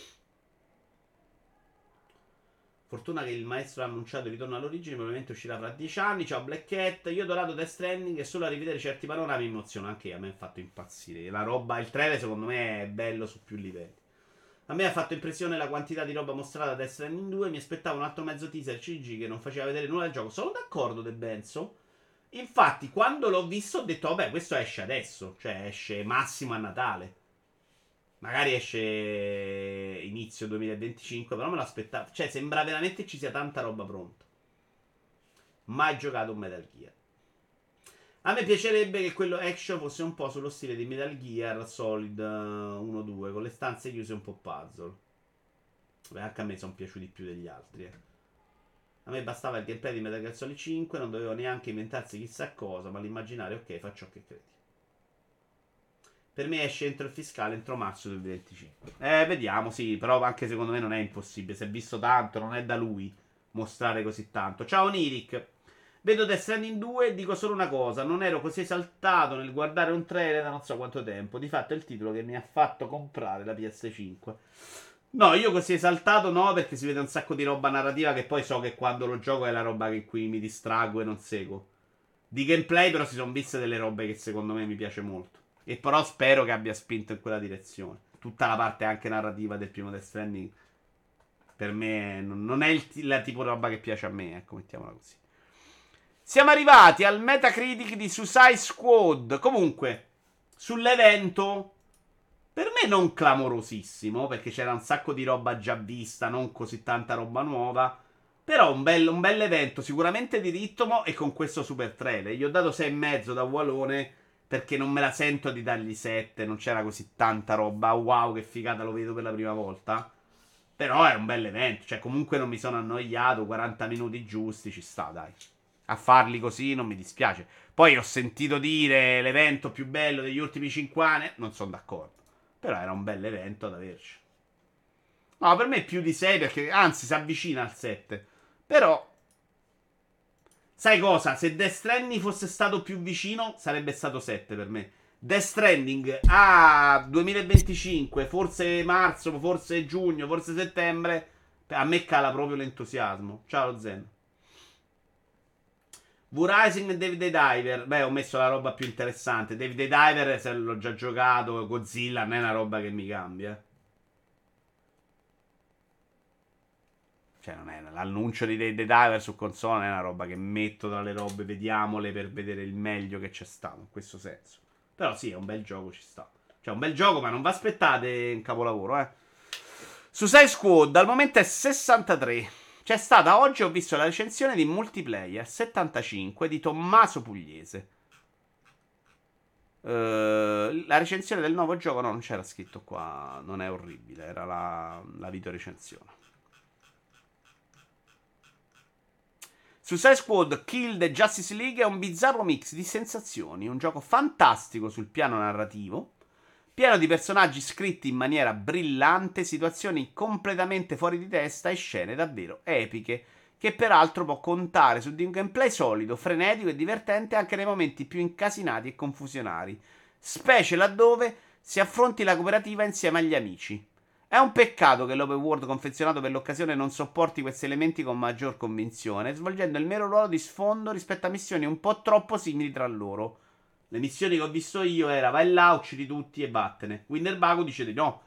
Fortuna che il maestro ha annunciato il ritorno all'origine, probabilmente uscirà fra 10 anni. Ciao Black Cat, io ho adorato Death Stranding e solo a rivedere certi panorami mi emoziona. Anche a me ha fatto impazzire. La roba, il trailer secondo me è bello su più livelli. A me ha fatto impressione la quantità di roba mostrata da Death Stranding 2. Mi aspettavo un altro mezzo teaser CG che non faceva vedere nulla del gioco. Sono d'accordo, De Benzo. Infatti, quando l'ho visto ho detto, vabbè, questo esce adesso. Cioè, esce massimo a Natale. Magari esce inizio 2025, però me l'aspettavo. Cioè, sembra veramente ci sia tanta roba pronta. Mai giocato un Metal Gear. A me piacerebbe che quello action fosse un po' sullo stile di Metal Gear Solid 1-2, con le stanze chiuse un po' puzzle. Beh, anche a me sono piaciuti più degli altri, eh. A me bastava il gameplay di Metal Gear Solid 5, non dovevo neanche inventarsi chissà cosa, ma l'immaginare, ok, faccio ciò che credi. Per me esce entro il fiscale, entro marzo 2025. Vediamo, sì, però anche secondo me non è impossibile. Si è visto tanto, non è da lui mostrare così tanto. Ciao Nirik. Vedo Death Stranding 2 e dico solo una cosa. Non ero così esaltato nel guardare un trailer da non so quanto tempo. Di fatto è il titolo che mi ha fatto comprare la PS5. No, io così esaltato no, perché si vede un sacco di roba narrativa che poi so che quando lo gioco è la roba che qui mi distraggo e non seguo. Di gameplay però si sono viste delle robe che secondo me mi piace molto. E però spero che abbia spinto in quella direzione. Tutta la parte anche narrativa del primo Death Stranding per me non è la tipo di roba che piace a me, ecco, mettiamola così. Siamo arrivati al Metacritic di Suicide Squad. Comunque, sull'evento, per me non clamorosissimo, perché c'era un sacco di roba già vista, non così tanta roba nuova. Però un bel evento, sicuramente di ritmo e con questo super trailer. Gli ho dato 6,5 da Walone, perché non me la sento di dargli 7, non c'era così tanta roba. Wow, che figata, lo vedo per la prima volta. Però è un bel evento, cioè comunque non mi sono annoiato, 40 minuti giusti, ci sta, dai. A farli così non mi dispiace. Poi ho sentito dire l'evento più bello degli ultimi 5 anni, non sono d'accordo. Però era un bel evento ad averci. No, per me è più di 6 perché anzi si avvicina al 7. Però sai cosa? Se Death Stranding fosse stato più vicino sarebbe stato 7 per me. Death Stranding a 2025, forse marzo, forse giugno, forse settembre, a me cala proprio l'entusiasmo. Ciao Zen. V-Rising e David the Diver. Beh, ho messo la roba più interessante. David the Diver, se l'ho già giocato, Godzilla non è una roba che mi cambia. Cioè, non è l'annuncio di David the Diver su console, non è una roba che metto tra le robe, vediamole per vedere il meglio che c'è stato, in questo senso. Però sì, è un bel gioco, ci sta. Cioè, un bel gioco, ma non vi aspettate un capolavoro, eh. Suicide Squad, al momento è 63. C'è stata oggi, ho visto la recensione di Multiplayer 75 di Tommaso Pugliese. La recensione del nuovo gioco, no, non c'era scritto qua, non è orribile, era la videorecensione. Suicide Squad Kill the Justice League è un bizzarro mix di sensazioni, un gioco fantastico sul piano narrativo, pieno di personaggi scritti in maniera brillante, situazioni completamente fuori di testa e scene davvero epiche, che peraltro può contare su di un gameplay solido, frenetico e divertente anche nei momenti più incasinati e confusionari, specie laddove si affronti la cooperativa insieme agli amici. È un peccato che l'open world confezionato per l'occasione non sopporti questi elementi con maggior convinzione, svolgendo il mero ruolo di sfondo rispetto a missioni un po' troppo simili tra loro. Le missioni che ho visto io era vai là, uccidi tutti e vattene. Winterbago dice di no.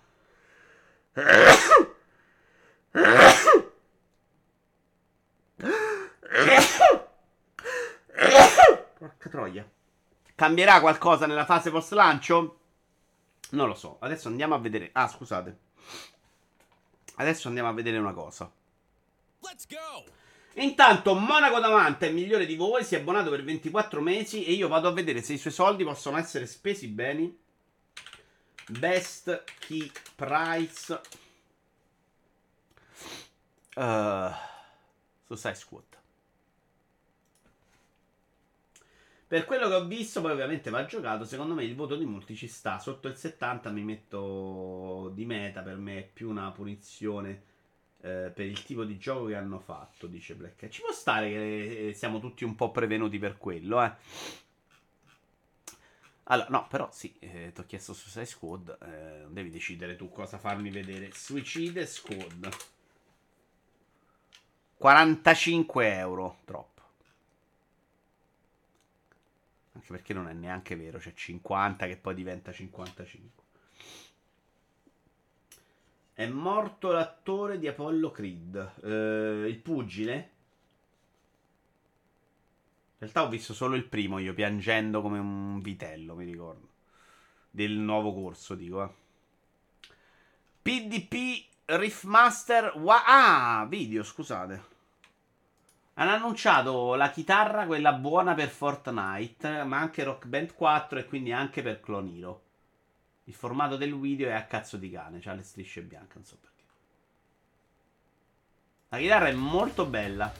Porca troia. Cambierà qualcosa nella fase post lancio? Non lo so. Adesso andiamo a vedere. Ah, scusate. Adesso andiamo a vedere una cosa. Let's go! Intanto Monaco Davanti è il migliore di voi, si è abbonato per 24 mesi e io vado a vedere se i suoi soldi possono essere spesi bene. Best Key Price Suicide Squad. Per quello che ho visto, poi ovviamente va giocato, secondo me il voto di molti ci sta. Sotto il 70 mi metto di meta, per me è più una punizione per il tipo di gioco che hanno fatto, dice Black. Ci può stare che siamo tutti un po' prevenuti per quello, eh. Allora, no, però sì, ti ho chiesto Suicide Squad, non devi decidere tu cosa farmi vedere. Suicide Squad. 45 euro, troppo. Anche perché non è neanche vero, c'è 50 che poi diventa 55. È morto l'attore di Apollo Creed, il pugile. In realtà ho visto solo il primo, io piangendo come un vitello, mi ricordo. Del nuovo corso, dico. PDP Riffmaster. Ah, video, scusate. Hanno annunciato la chitarra, quella buona per Fortnite, ma anche Rock Band 4 e quindi anche per Clone Hero. Il formato del video è a cazzo di cane, c'ha le strisce bianche, non so perché. La chitarra è molto bella.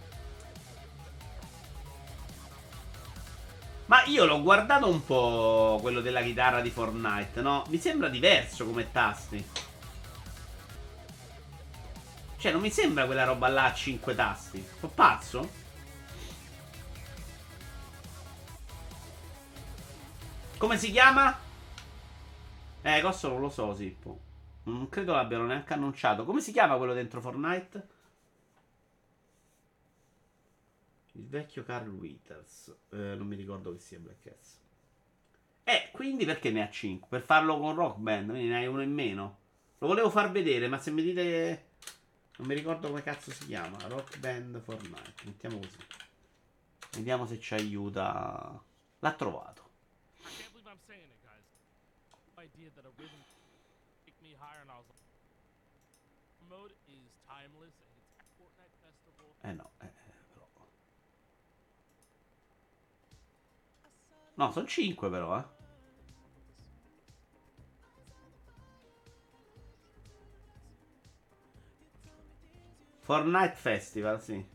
Ma io l'ho guardato un po', quello della chitarra di Fortnite, no? Mi sembra diverso come tasti. Cioè, non mi sembra quella roba là a 5 tasti. Sono pazzo? Come si chiama? Questo non lo so, Sippo. Non credo l'abbiano neanche annunciato. Come si chiama quello dentro Fortnite? Il vecchio Carl Withers. Non mi ricordo che sia Black Ass. Quindi perché ne ha 5? Per farlo con Rock Band, quindi ne hai uno in meno. Lo volevo far vedere, ma se mi dite... Non mi ricordo come cazzo si chiama. Rock Band Fortnite. Mettiamo così. Vediamo se ci aiuta. L'ha trovato. I can't believe I'm saying it, guys. Idea that a rhythm kicked me higher and I was like, mode is timeless and it's a Fortnite festival. No, però. No, sono 5 però, eh. Fortnite Festival, sì.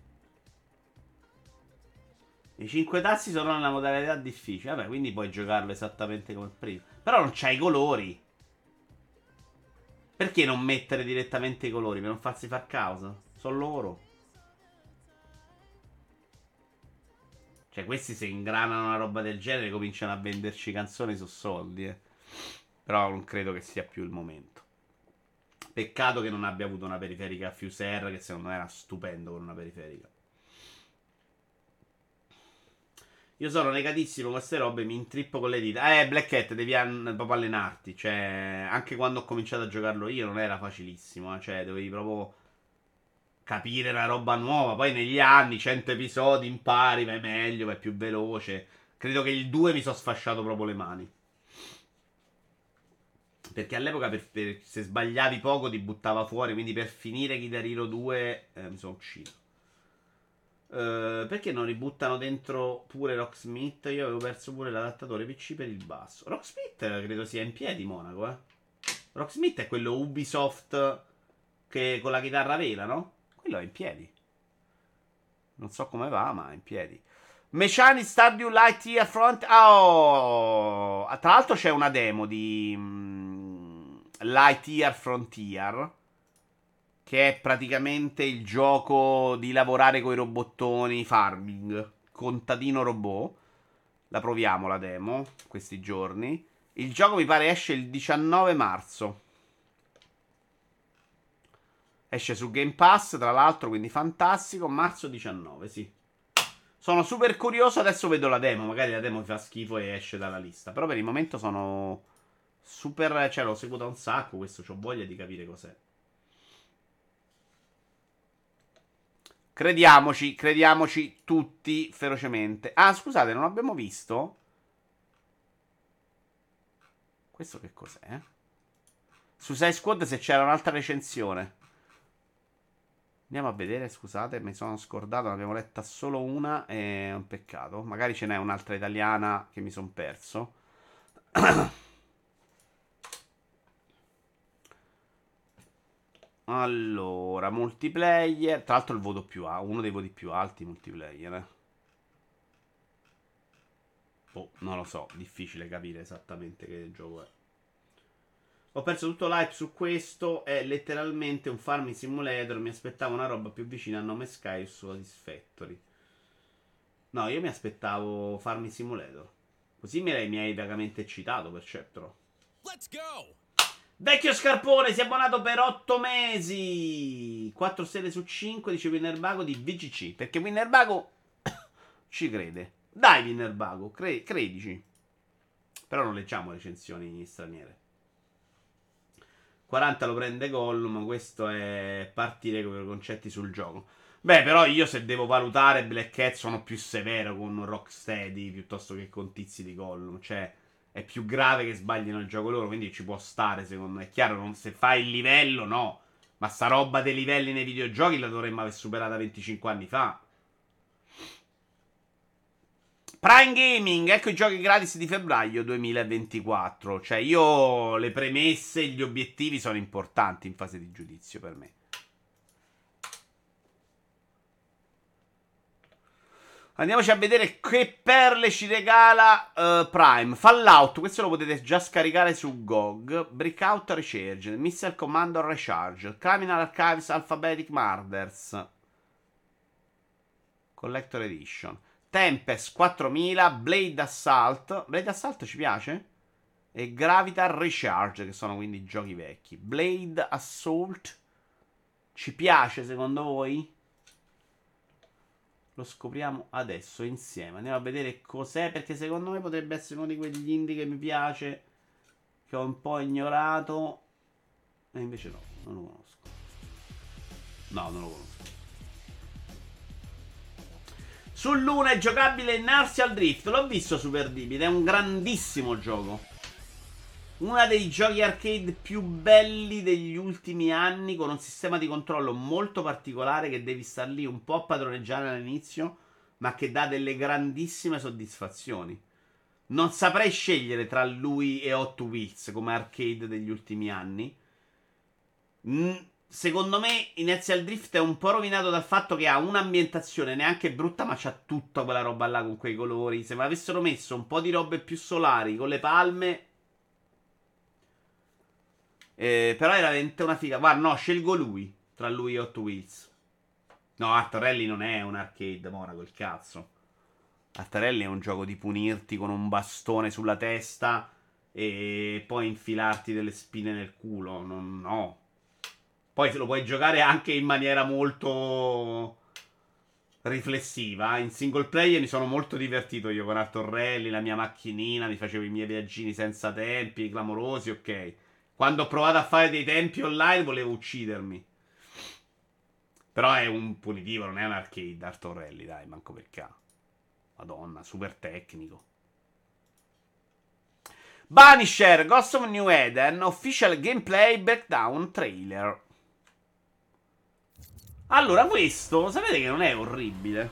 I 5 tassi sono nella modalità difficile. Vabbè, quindi puoi giocarlo esattamente come prima. Però non c'hai i colori. Perché non mettere direttamente i colori? Per non farsi far causa? Sono loro. Cioè, questi se ingranano una roba del genere cominciano a venderci canzoni su soldi, eh. Però non credo che sia più il momento. Peccato che non abbia avuto una periferica Fuse R, che secondo me era stupendo con una periferica. Io sono negatissimo con queste robe, mi intrippo con le dita. Black Hat, devi proprio allenarti. Cioè, anche quando ho cominciato a giocarlo io non era facilissimo. Cioè, dovevi proprio capire una roba nuova. Poi negli anni, 100 episodi, impari, vai meglio, vai più veloce. Credo che il 2 mi sono sfasciato proprio le mani. Perché all'epoca se sbagliavi poco ti buttava fuori. Quindi per finire Guitar Hero 2 mi sono ucciso. Perché non ributtano dentro pure Rocksmith? Io avevo perso pure l'adattatore PC per il basso. Rocksmith credo sia in piedi, Monaco, eh. Rocksmith è quello Ubisoft che con la chitarra a vela, no? Quello è in piedi. Non so come va, ma è in piedi. Mechanic Stardew Lightyear Front. Oh! Tra l'altro c'è una demo di Lightyear Frontier, che è praticamente il gioco di lavorare con i robottoni, farming, contadino robot. La proviamo la demo questi giorni. Il gioco mi pare esce il 19 marzo. Esce su Game Pass, tra l'altro, quindi fantastico. Marzo 19, sì. Sono super curioso, adesso vedo la demo. Magari la demo mi fa schifo e esce dalla lista. Però per il momento sono super... Cioè, l'ho seguito un sacco, questo c'ho voglia di capire cos'è. Crediamoci tutti ferocemente. Ah, scusate, non abbiamo visto? Questo che cos'è? Suicide Squad se c'era un'altra recensione. Andiamo a vedere, scusate, mi sono scordato, ne abbiamo letta solo una, è un peccato. Magari ce n'è un'altra italiana che mi sono perso. Allora, multiplayer. Tra l'altro il voto più alto, uno dei voti più alti multiplayer. Oh, non lo so, difficile capire esattamente che gioco è. Ho perso tutto l'hype su questo. È letteralmente un farming simulator. Mi aspettavo una roba più vicina a Nome Sky o Satisfactory. No, io mi aspettavo Farming Simulator. Così mi hai vagamente eccitato, perceptro. Let's go! Vecchio scarpone, si è abbonato per 8 mesi. 4 stelle su 5, dice Winnerbago di VGC. Perché Winnerbago ci crede. Dai Winnerbago, credici. Però non leggiamo recensioni straniere. 40 lo prende Gollum. Questo è partire con i concetti sul gioco. Beh, però io se devo valutare Black Cat sono più severo con Rocksteady piuttosto che con tizi di Gollum. Cioè, è più grave che sbaglino il gioco loro, quindi ci può stare, secondo me. È chiaro, se fai il livello, no. Ma sta roba dei livelli nei videogiochi la dovremmo aver superata 25 anni fa. Prime Gaming, ecco i giochi gratis di febbraio 2024. Cioè, io le premesse e gli obiettivi sono importanti in fase di giudizio per me. Andiamoci a vedere che perle ci regala Prime. Fallout, questo lo potete già scaricare su GOG. Breakout Resurged, Missile Commando Recharge, Criminal Archives Alphabetic Murders, Collector Edition, Tempest 4000, Blade Assault. Blade Assault ci piace? E Gravitar Recharge, che sono quindi giochi vecchi. Blade Assault ci piace secondo voi? Lo scopriamo adesso insieme. Andiamo a vedere cos'è, perché secondo me potrebbe essere uno di quegli indie che mi piace, che ho un po' ignorato. E invece no, non lo conosco. No, non lo conosco. Sull'una è giocabile in Artial Drift. L'ho visto Super Divid, è un grandissimo gioco. Uno dei giochi arcade più belli degli ultimi anni, con un sistema di controllo molto particolare che devi star lì un po' a padroneggiare all'inizio, ma che dà delle grandissime soddisfazioni. Non saprei scegliere tra lui e Hot Wheels come arcade degli ultimi anni. Secondo me Inertial Drift è un po' rovinato dal fatto che ha un'ambientazione neanche brutta, ma c'ha tutta quella roba là con quei colori. Se mi avessero messo un po' di robe più solari con le palme, però era veramente una figa. Guarda, no, scelgo lui tra lui e Hot Wheels. No, Artorelli non è un arcade, mora col cazzo. Artorelli è un gioco di punirti con un bastone sulla testa e poi infilarti delle spine nel culo. No. Poi lo puoi giocare anche in maniera molto riflessiva. In single player mi sono molto divertito io con Artorelli, la mia macchinina, mi facevo i miei viaggini senza tempi, clamorosi, ok. Quando ho provato a fare dei tempi online volevo uccidermi. Però è un punitivo, non è un arcade Artorelli, dai, manco per caso. Madonna, super tecnico. Banisher, Ghost of New Eden, official gameplay breakdown trailer. Allora, questo, sapete che non è orribile?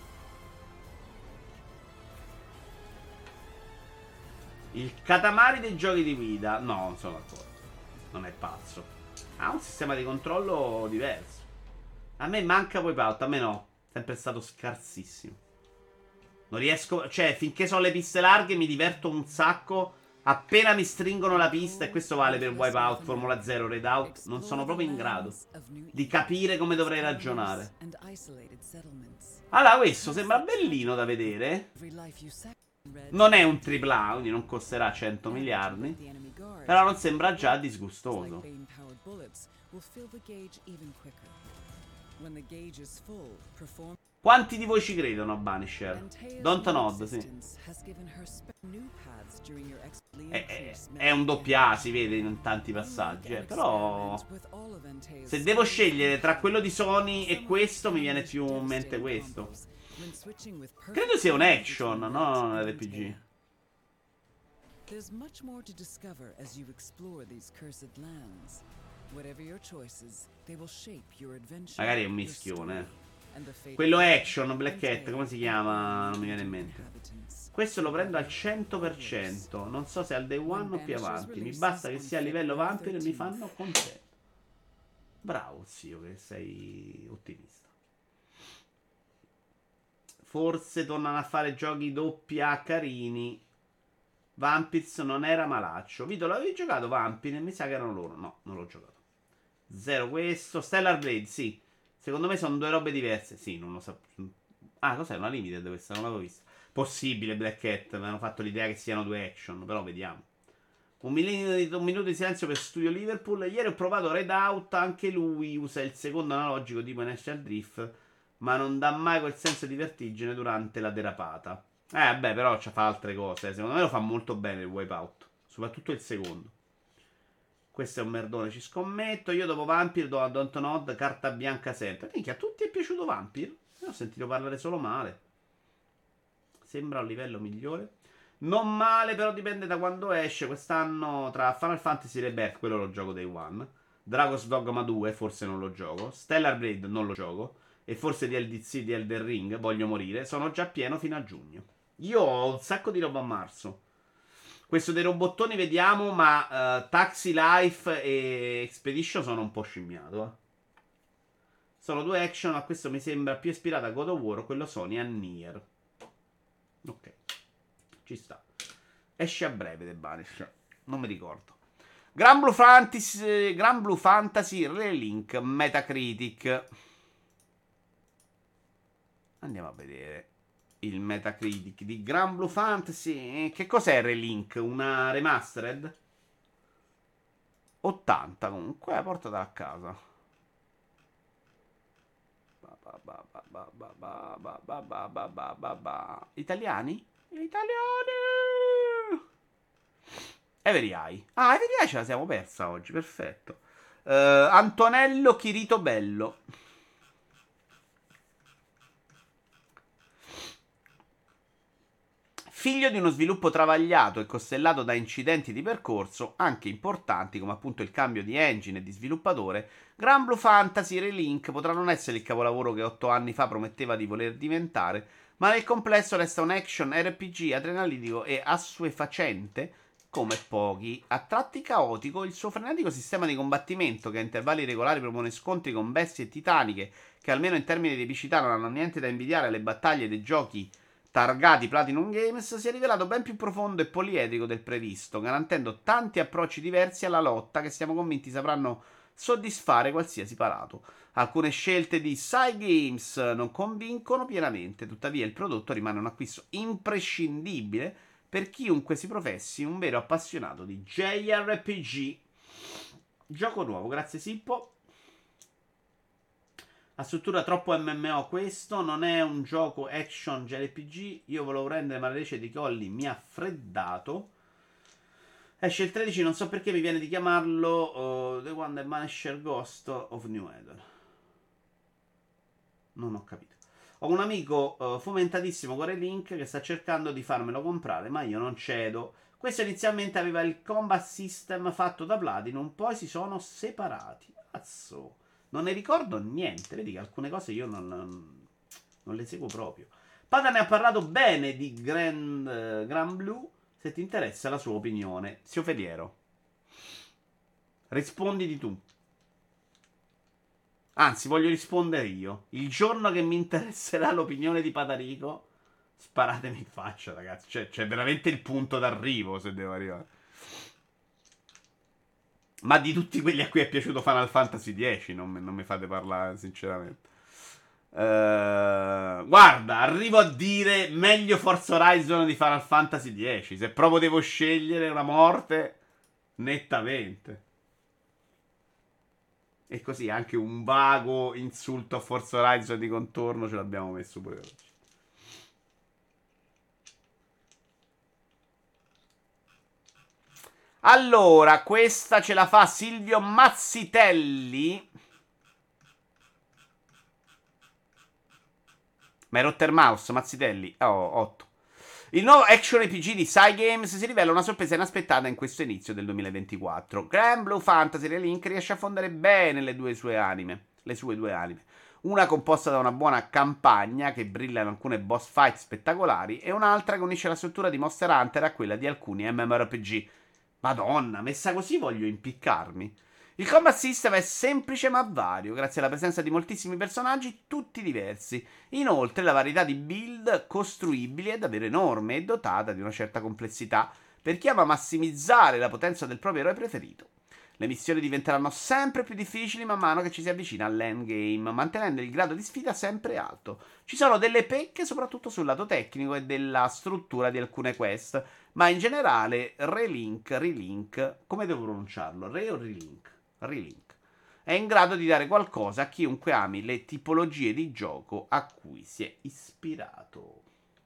Il Katamari dei giochi di guida. No, non sono d'accordo. Non è pazzo. Ha un sistema di controllo diverso. A me manca Wipeout, a me no. Sempre stato scarsissimo. Non riesco, cioè, finché sono le piste larghe mi diverto un sacco. Appena mi stringono la pista, e questo vale per Wipeout, Formula 0, Redout, non sono proprio in grado di capire come dovrei ragionare. Allora, questo sembra bellino da vedere. Non è un AAA, quindi non costerà 100 miliardi. Però non sembra già disgustoso. Quanti di voi ci credono a Banisher? Don't sì. È un doppia A, si vede in tanti passaggi. Però se devo scegliere tra quello di Sony e questo, mi viene più in mente questo. Credo sia un action, no? Un RPG. There's much more to discover as you explore these cursed lands. Whatever your choices, they will shape your adventure. Magari è un mischione. Quello action, Black Cat, come si chiama? Non mi viene in mente. Questo lo prendo al 100%. Non so se al day one o più avanti. Mi basta che sia a livello vampiro e mi fanno contento. Bravo zio, che sei ottimista. Forse tornano a fare giochi doppia carini. Vampires non era malaccio. Vito, l'avevi giocato Vampire? Mi sa che erano loro. No, non l'ho giocato. Zero questo. Stellar Blade, sì. Secondo me sono due robe diverse. Sì, non lo so. Ah, cos'è? Una limited questa? Non l'avevo vista. Possibile, Black Cat. Mi hanno fatto l'idea che siano due action. Però vediamo. Un minuto di silenzio per Studio Liverpool. Ieri ho provato Redout. Anche lui usa il secondo analogico tipo Inertial Drift, ma non dà mai quel senso di vertigine durante la derapata. Beh, però fa altre cose. Secondo me lo fa molto bene il Wipeout. Soprattutto il secondo. Questo è un merdone, ci scommetto. Io dopo Vampire do a Dontnod carta bianca sempre. Minchia, a tutti è piaciuto Vampire? Io ho sentito parlare solo male. Sembra un livello migliore. Non male, però dipende da quando esce. Quest'anno tra Final Fantasy Rebirth, quello lo gioco day one. Dragon's Dogma 2, forse non lo gioco. Stellar Blade non lo gioco. E forse di LDC di Elden Ring, voglio morire. Sono già pieno fino a giugno. Io ho un sacco di roba a marzo. Questo dei robottoni vediamo, ma Taxi Life e Expedition sono un po' scimmiato. Sono due action, ma questo mi sembra più ispirato a God of War, quello Sony a Nier. Ok, ci sta. Esce a breve The Banisher, non mi ricordo. Gran Blue Fantasy Relink Metacritic. Andiamo a vedere il Metacritic di Gran Blue Fantasy. Che cos'è Relink? Una remastered? 80 comunque, portata a casa. Italiani? Italiani! Every Eye. Ah, Every Eye ce la siamo persa oggi, perfetto. Antonello Chirito Bello. Figlio di uno sviluppo travagliato e costellato da incidenti di percorso, anche importanti come appunto il cambio di engine e di sviluppatore, Gran Blue Fantasy Relink potrà non essere il capolavoro che 8 anni fa prometteva di voler diventare, ma nel complesso resta un action RPG adrenalinico e assuefacente come pochi. A tratti caotico, il suo frenetico sistema di combattimento, che a intervalli regolari propone scontri con bestie titaniche che almeno in termini di epicità non hanno niente da invidiare alle battaglie dei giochi targati Platinum Games, si è rivelato ben più profondo e poliedrico del previsto, garantendo tanti approcci diversi alla lotta che siamo convinti sapranno soddisfare qualsiasi palato. Alcune scelte di Cygames non convincono pienamente, tuttavia il prodotto rimane un acquisto imprescindibile per chiunque si professi un vero appassionato di JRPG. Gioco nuovo, grazie Sippo. La struttura troppo MMO questo, non è un gioco action JRPG, io volevo rendere ma la rece di Colli mi ha freddato. Esce il 13, non so perché mi viene di chiamarlo The One That Vanished Ghost of New Eden. Non ho capito. Ho un amico fomentatissimo con Relink che sta cercando di farmelo comprare, ma io non cedo. Questo inizialmente aveva il combat system fatto da Platinum, poi si sono separati. Cazzo. Non ne ricordo niente. Vedi che alcune cose io non le seguo proprio. Pada ne ha parlato bene di Gran Blue. Se ti interessa la sua opinione. Zio Feliero, risponditi tu. Anzi, voglio rispondere io. Il giorno che mi interesserà l'opinione di Patarico, sparatemi in faccia, ragazzi. Cioè, c'è veramente il punto d'arrivo se devo arrivare. Ma di tutti quelli a cui è piaciuto Final Fantasy X, non mi fate parlare, sinceramente. Guarda, arrivo a dire meglio Forza Horizon di Final Fantasy X. Se proprio devo scegliere una morte, nettamente. E così anche un vago insulto a Forza Horizon di contorno ce l'abbiamo messo pure oggi. Allora, questa ce la fa Silvio Mazzitelli. Ma è Rottermouse, Mazzitelli. Oh, 8. Il nuovo action RPG di Cygames si rivela una sorpresa inaspettata in questo inizio del 2024. Gran Blue Fantasy Relink riesce a fondere bene le sue due anime. Una composta da una buona campagna che brilla in alcune boss fight spettacolari e un'altra che unisce la struttura di Monster Hunter a quella di alcuni MMORPG. Madonna, messa così voglio impiccarmi. Il combat system è semplice ma vario, grazie alla presenza di moltissimi personaggi, tutti diversi. Inoltre la varietà di build costruibili è davvero enorme e dotata di una certa complessità per chi ama massimizzare la potenza del proprio eroe preferito. Le missioni diventeranno sempre più difficili man mano che ci si avvicina all'endgame, mantenendo il grado di sfida sempre alto. Ci sono delle pecche soprattutto sul lato tecnico e della struttura di alcune quest, ma in generale Relink, come devo pronunciarlo? Re o Relink? Relink. È in grado di dare qualcosa a chiunque ami le tipologie di gioco a cui si è ispirato.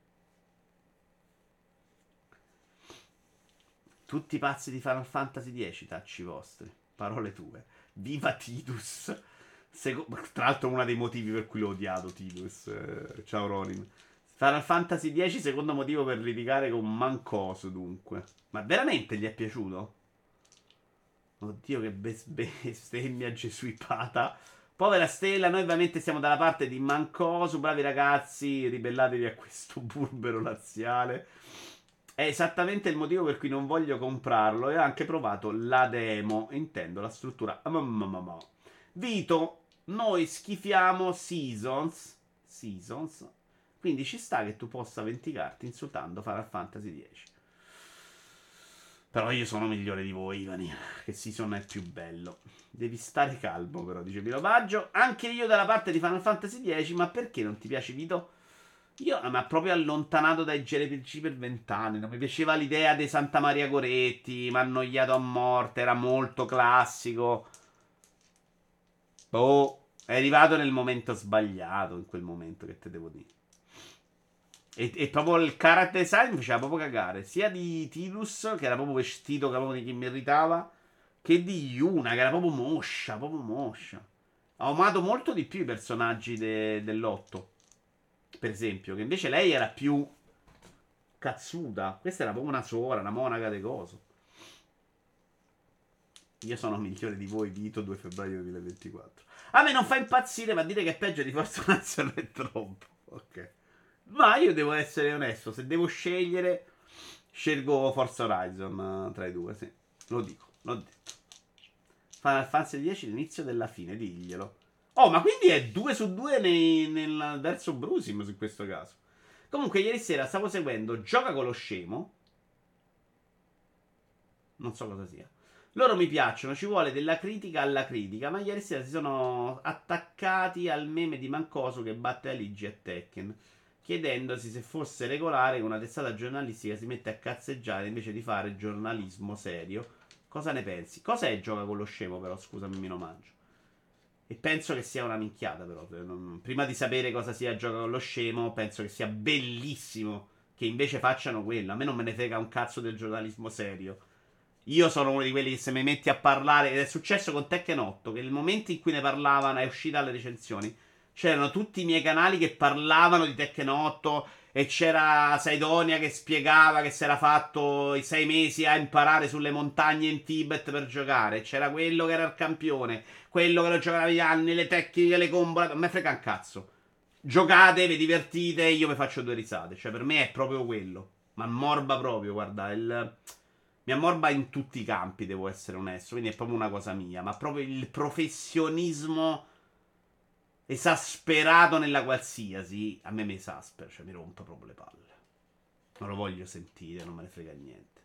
Tutti pazzi di Final Fantasy X, tacci vostri. Parole tue. Viva Tidus. Tra l'altro uno dei motivi per cui l'ho odiato Tidus. Ciao Ronin. Final Fantasy X, secondo motivo per litigare con Mancoso, dunque. Ma veramente gli è piaciuto? Oddio che bestemmia gesuipata. Povera Stella, noi ovviamente siamo dalla parte di Mancoso. Bravi ragazzi, ribellatevi a questo burbero laziale. È esattamente il motivo per cui non voglio comprarlo. E ho anche provato la demo. Intendo la struttura. Vito, noi schifiamo Seasons. Quindi ci sta che tu possa vendicarti insultando Final Fantasy X. Però io sono migliore di voi, Ivani. Che Season è più bello. Devi stare calmo, però, dice Vito Baggio. Anche io dalla parte di Final Fantasy X. Ma perché non ti piace, Vito? Io mi ha proprio allontanato dai JRPG per 20 anni. Non mi piaceva l'idea di Santa Maria Goretti. Mi ha annoiato a morte. Era molto classico. Boh, è arrivato nel momento sbagliato. In quel momento, che te devo dire. E proprio il character design mi faceva proprio cagare. Sia di Tidus, che era proprio vestito, che proprio chi mi irritava, che di Yuna, che era proprio moscia. Ho amato molto di più i personaggi dell'8. Per esempio, che invece lei era più cazzuta. Questa era proprio una sora, una monaca di coso. Io sono migliore di voi, Vito, 2 febbraio 2024. A me non fa impazzire, ma dire che è peggio di Forza Horizon è troppo. Ok. Ma io devo essere onesto, se devo scegliere, scelgo Forza Horizon tra i due, sì. Lo dico, l'ho detto. Final Fantasy 10 l'inizio della fine, diglielo. Oh, ma quindi è 2 su 2 nel verso Brusim in questo caso. Comunque ieri sera stavo seguendo Gioca con lo scemo. Non so cosa sia. Loro mi piacciono, ci vuole della critica alla critica, ma ieri sera si sono attaccati al meme di Mancoso che batte Aligi e Tekken, chiedendosi se fosse regolare che una testata giornalistica si mette a cazzeggiare invece di fare giornalismo serio. Cosa ne pensi? Cosa è Gioca con lo scemo però, scusami, mi mangio. E penso che sia una minchiata però. Prima di sapere cosa sia Gioca con lo scemo, penso che sia bellissimo che invece facciano quello. A me non me ne frega un cazzo del giornalismo serio. Io sono uno di quelli che se mi metti a parlare, ed è successo con Tekken 8, che nel momento in cui ne parlavano, è uscita alle recensioni, c'erano tutti i miei canali che parlavano di Tekken 8 e c'era Saidonia che spiegava che si era fatto i 6 mesi a imparare sulle montagne in Tibet per giocare, c'era quello che era il campione, quello che lo giocava negli anni, le tecniche, le combo, non me frega un cazzo. Giocate, vi divertite, io mi faccio 2 risate, cioè per me è proprio quello, ma morba proprio, guarda, mi ammorba in tutti i campi, devo essere onesto. Quindi è proprio una cosa mia. Ma proprio il professionismo esasperato nella qualsiasi. A me mi esaspera, cioè mi rompe proprio le palle. Non lo voglio sentire, non me ne frega niente.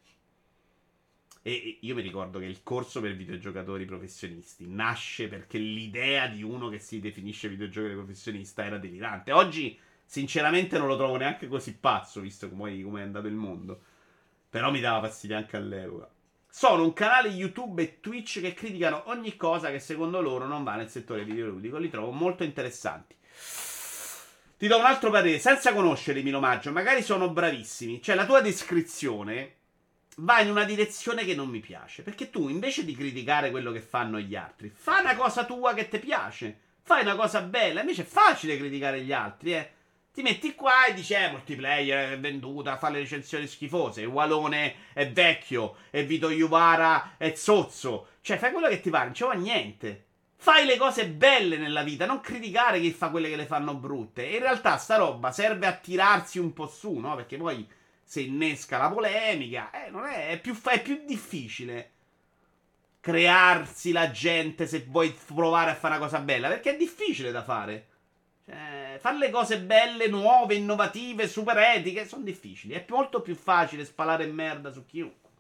E io mi ricordo che il corso per videogiocatori professionisti nasce perché l'idea di uno che si definisce videogiocatore professionista era delirante. Oggi, sinceramente, non lo trovo neanche così pazzo, visto come è andato il mondo. Però mi dava fastidio anche all'epoca. Sono un canale YouTube e Twitch che criticano ogni cosa che secondo loro non va nel settore videoludico. Li trovo molto interessanti. Ti do un altro parere, senza conoscere Milo Maggio, magari sono bravissimi. Cioè la tua descrizione va in una direzione che non mi piace. Perché tu invece di criticare quello che fanno gli altri, fai una cosa tua che ti piace. Fai una cosa bella. Invece è facile criticare gli altri, eh. Ti metti qua e dici, multiplayer è venduta, fa le recensioni schifose, Walone è vecchio, e Vito Iuvara è zozzo. Cioè, fai quello che ti pare, non ci vuole niente. Fai le cose belle nella vita, non criticare chi fa quelle che le fanno brutte. E in realtà sta roba serve a tirarsi un po' su, no? Perché poi se innesca la polemica, non è più difficile crearsi la gente se vuoi provare a fare una cosa bella, perché è difficile da fare. Fare le cose belle, nuove, innovative, super etiche sono difficili. È molto più facile spalare merda su chiunque.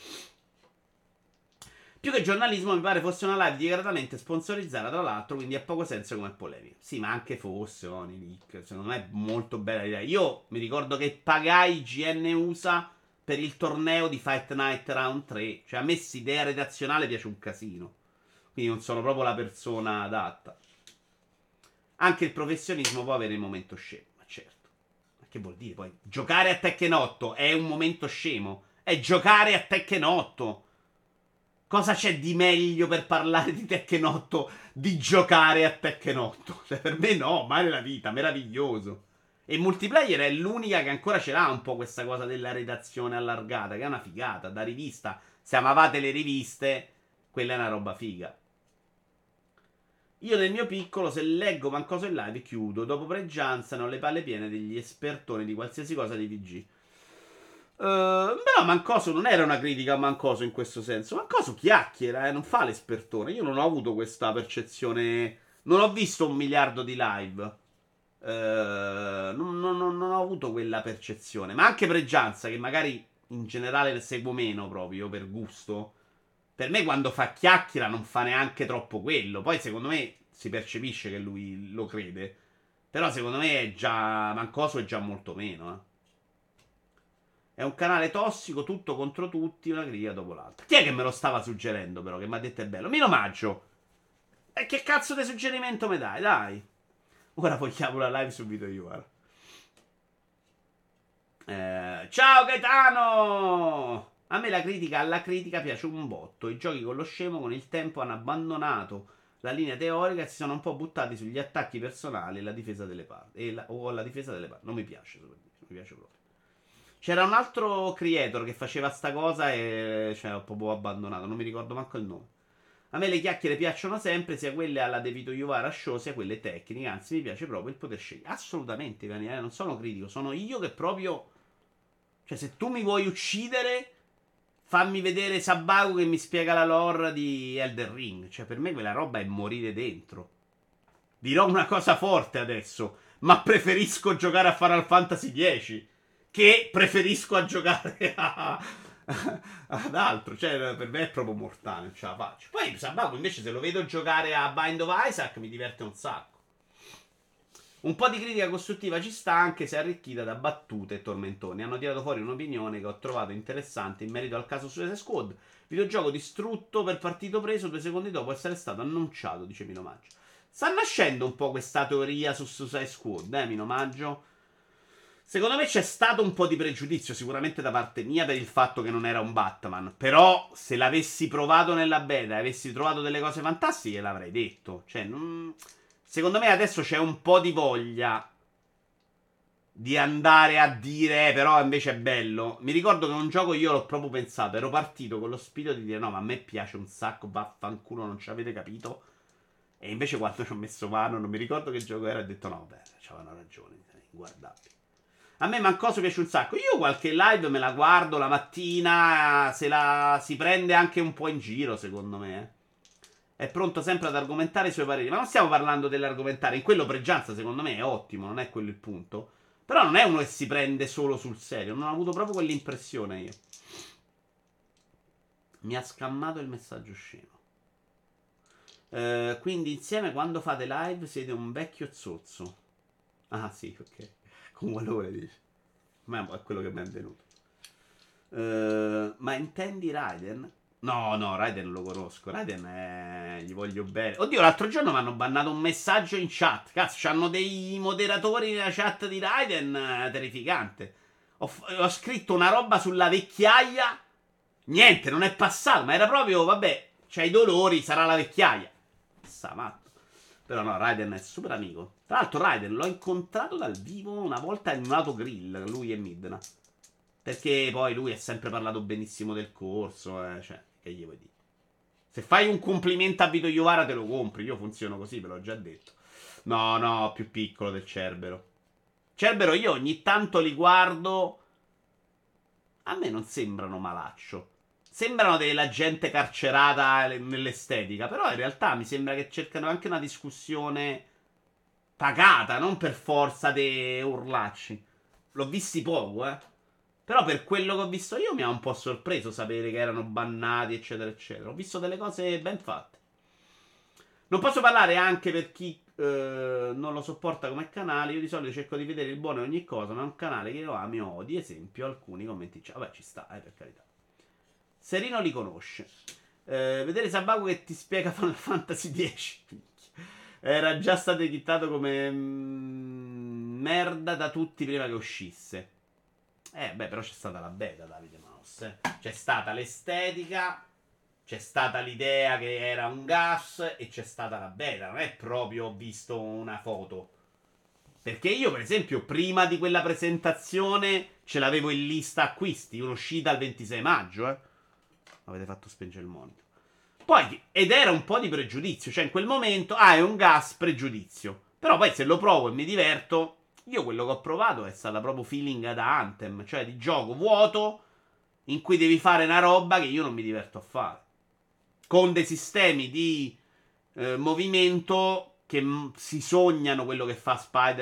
Più che giornalismo mi pare fosse una live dichiaratamente sponsorizzata, tra l'altro, quindi ha poco senso come polemica. Sì, ma anche fosse, nei leak, secondo me è molto bella l'idea. Io mi ricordo che pagai GN USA per il torneo di Fight Night Round 3. Cioè a me quest'idea redazionale piace un casino. Quindi non sono proprio la persona adatta. Anche il professionismo può avere il momento scemo, ma certo. Ma che vuol dire poi? Giocare a Tekken 8 è un momento scemo? È giocare a Tekken 8. Cosa c'è di meglio per parlare di Tekken 8 di giocare a Tekken 8? Cioè per me no, mai nella vita, meraviglioso. E multiplayer è l'unica che ancora ce l'ha un po' questa cosa della redazione allargata, che è una figata, da rivista. Se amavate le riviste, quella è una roba figa. Io nel mio piccolo, se leggo Mancoso in live, chiudo. Dopo pregianzano ho le palle piene degli espertoni di qualsiasi cosa di VG. Però Mancoso non era una critica a Mancoso in questo senso. Mancoso chiacchiera, non fa l'espertone. Io non ho avuto questa percezione. Non ho visto 1 miliardo di live. Non ho avuto quella percezione. Ma anche pregianza, che magari in generale seguo meno proprio per gusto. Per me quando fa chiacchiera non fa neanche troppo quello. Poi secondo me si percepisce che lui lo crede. Però secondo me è già Mancoso è già molto meno. È un canale tossico, tutto contro tutti, una critica dopo l'altra. Chi è che me lo stava suggerendo però, che mi ha detto è bello? Milo Maggio. E che cazzo di suggerimento mi dai? Dai. Ora vogliamo una live su Vito Iuvara. Ciao Gaetano! A me la critica alla critica piace un botto. I giochi con lo scemo con il tempo hanno abbandonato la linea teorica e si sono un po' buttati sugli attacchi personali e la difesa delle parti. O la difesa delle parti. Non mi piace, non mi piace proprio. C'era un altro creator che faceva sta cosa e cioè, ho proprio abbandonato, non mi ricordo manco il nome. A me le chiacchiere piacciono sempre, sia quelle alla De Vito Juvara Show, sia quelle tecniche. Anzi, mi piace proprio il poter scegliere. Assolutamente, cani, non sono critico. Sono io che proprio... Cioè, se tu mi vuoi uccidere, fammi vedere Sabaku che mi spiega la lore di Elden Ring. Cioè, per me quella roba è morire dentro. Dirò una cosa forte adesso, ma preferisco giocare a Final Fantasy X che preferisco a giocare ad altro. Cioè, per me è proprio mortale, non ce la faccio. Poi Sabaku invece se lo vedo giocare a Bind of Isaac mi diverte un sacco. Un po' di critica costruttiva ci sta, anche se arricchita da battute e tormentoni. Hanno tirato fuori un'opinione che ho trovato interessante in merito al caso Suicide Squad. Videogioco distrutto per partito preso 2 secondi dopo essere stato annunciato, dice Minomaggio. Sta nascendo un po' questa teoria su Suicide Squad, Minomaggio? Secondo me c'è stato un po' di pregiudizio sicuramente da parte mia per il fatto che non era un Batman. Però se l'avessi provato nella beta e avessi trovato delle cose fantastiche l'avrei detto. Cioè, secondo me adesso c'è un po' di voglia di andare a dire però invece è bello. Mi ricordo che un gioco io l'ho proprio pensato, ero partito con lo spirito di dire no, ma a me piace un sacco, vaffanculo, non ci avete capito. E invece quando ci ho messo mano, non mi ricordo che gioco era, ho detto no, beh, c'avevano ragione, inguardabile. A me Mancoso piace un sacco. Io qualche live me la guardo la mattina, se la si prende anche un po' in giro, secondo me. È pronto sempre ad argomentare i suoi pareri. Ma non stiamo parlando dell'argomentare. In quello Pregianza, secondo me, è ottimo, non è quello il punto. Però non è uno che si prende solo sul serio. Non ho avuto proprio quell'impressione io. Mi ha scammato il messaggio scemo. Quindi insieme quando fate live siete un vecchio zozzo. Ah sì, ok. Con valore dice. Ma è quello che mi è venuto. Ma intendi Raiden? No, Raiden lo conosco. Raiden gli voglio bene. Oddio, l'altro giorno mi hanno bannato un messaggio in chat. Cazzo, c'hanno dei moderatori nella chat di Raiden terrificante. Ho scritto una roba sulla vecchiaia. Niente, non è passato. Ma era proprio, vabbè, c'ha i dolori, sarà la vecchiaia. Sta matto. Però no, Raiden è super amico. Tra l'altro Raiden l'ho incontrato dal vivo una volta in un autogrill, lui e Midna. Perché poi lui ha sempre parlato benissimo del corso, cioè, che gli vuoi dire? Se fai un complimento a Vito Iovara te lo compri, io funziono così, ve l'ho già detto. No, più piccolo del Cerbero. Cerbero io ogni tanto li guardo, a me non sembrano malaccio. Sembrano della gente carcerata nell'estetica, però in realtà mi sembra che cercano anche una discussione pagata, non per forza dei urlacci. L'ho visti poco, Però per quello che ho visto io mi ha un po' sorpreso sapere che erano bannati, eccetera, eccetera. Ho visto delle cose ben fatte. Non posso parlare anche per chi non lo sopporta come canale. Io di solito cerco di vedere il buono in ogni cosa, ma è un canale che io ami o odi. Esempio, alcuni commenti. Vabbè, ci sta, per carità. Serino li conosce. Vedere Sabaku che ti spiega Final Fantasy X. Era già stato etichettato come merda da tutti prima che uscisse. Però c'è stata la beta, Davide Mouse. C'è stata l'estetica, c'è stata l'idea che era un gas e c'è stata la beta. Non è proprio ho visto una foto. Perché io, per esempio, prima di quella presentazione ce l'avevo in lista acquisti, un'uscita il 26 maggio, Avete fatto spengere il monitor. Poi, ed era un po' di pregiudizio, cioè in quel momento, è un gas pregiudizio. Però poi se lo provo e mi diverto, io quello che ho provato è stata proprio feeling da Anthem, cioè di gioco vuoto in cui devi fare una roba che io non mi diverto a fare. Con dei sistemi di movimento che si sognano quello che fa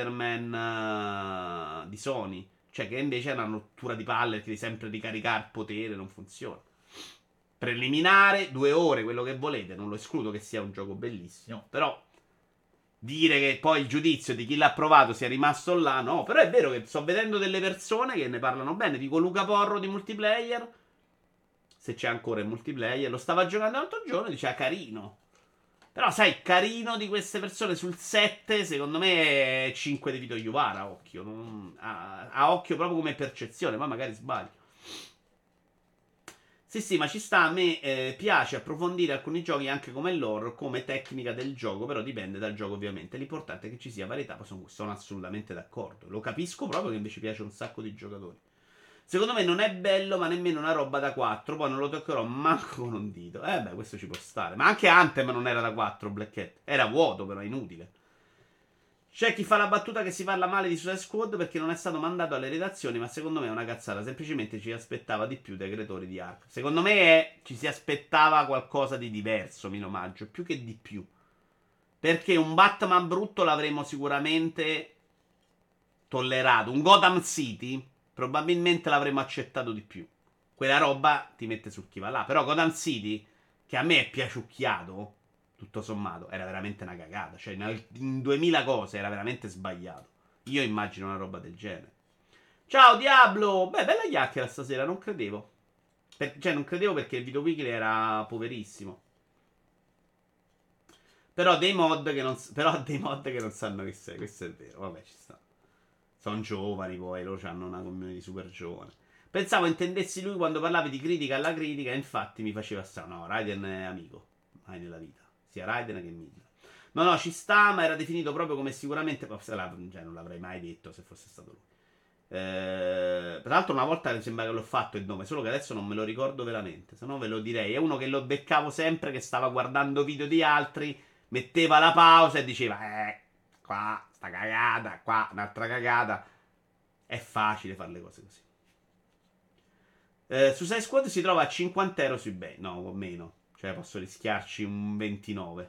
Spider-Man di Sony. Cioè che invece è una rottura di palle che devi sempre ricaricare il potere, non funziona. Preliminare, 2 ore, quello che volete. Non lo escludo che sia un gioco bellissimo. Però dire che poi il giudizio di chi l'ha provato sia rimasto là, no. Però è vero che sto vedendo delle persone che ne parlano bene. Dico Luca Porro di Multiplayer, se c'è ancora il multiplayer, lo stava giocando l'altro giorno e diceva carino. Però sai, carino di queste persone sul 7 secondo me è 5 di Vito Iuvara a occhio. A occhio proprio come percezione. Poi magari sbaglio. Sì, ma ci sta. A me piace approfondire alcuni giochi anche come lore, come tecnica del gioco, però dipende dal gioco ovviamente. L'importante è che ci sia varietà, poi sono assolutamente d'accordo. Lo capisco proprio che invece piace a un sacco di giocatori. Secondo me non è bello, ma nemmeno una roba da 4. Poi non lo toccherò manco con un dito. Beh, questo ci può stare. Ma anche Anthem non era da 4, Black Hat. Era vuoto, però, inutile. C'è chi fa la battuta che si parla male di Suicide Squad perché non è stato mandato alle redazioni, ma secondo me è una cazzata. Semplicemente ci aspettava di più dai creatori di Ark. Secondo me ci si aspettava qualcosa di diverso, Mino Maggio, più che di più. Perché un Batman brutto l'avremmo sicuramente tollerato. Un Gotham City probabilmente l'avremmo accettato di più. Quella roba ti mette sul chi va là. Però Gotham City, che a me è piaciucchiato, tutto sommato, era veramente una cagata. Cioè, in 2000 cose era veramente sbagliato. Io immagino una roba del genere. Ciao Diablo! Beh, bella chiacchiera stasera, non credevo. Cioè, non credevo perché il Video Weekly era poverissimo. Però dei mod che non sanno che sei, questo è vero. Vabbè, ci sta. Sono giovani poi, loro hanno una community super giovane. Pensavo intendessi lui quando parlavi di critica alla critica, e infatti mi faceva strano. No, Raiden è amico, mai nella vita. Sia Raiden che Midna. No, ci sta, ma era definito proprio come sicuramente. Cioè, non l'avrei mai detto se fosse stato lui. Tra l'altro, una volta mi sembra che l'ho fatto il nome, solo che adesso non me lo ricordo veramente. Se no, ve lo direi. È uno che lo beccavo sempre, che stava guardando video di altri, metteva la pausa e diceva: qua, sta cagata, qua, un'altra cagata. È facile fare le cose così. Suicide Squad si trova a 50 euro su eBay. No, o meno. Cioè, posso rischiarci un 29.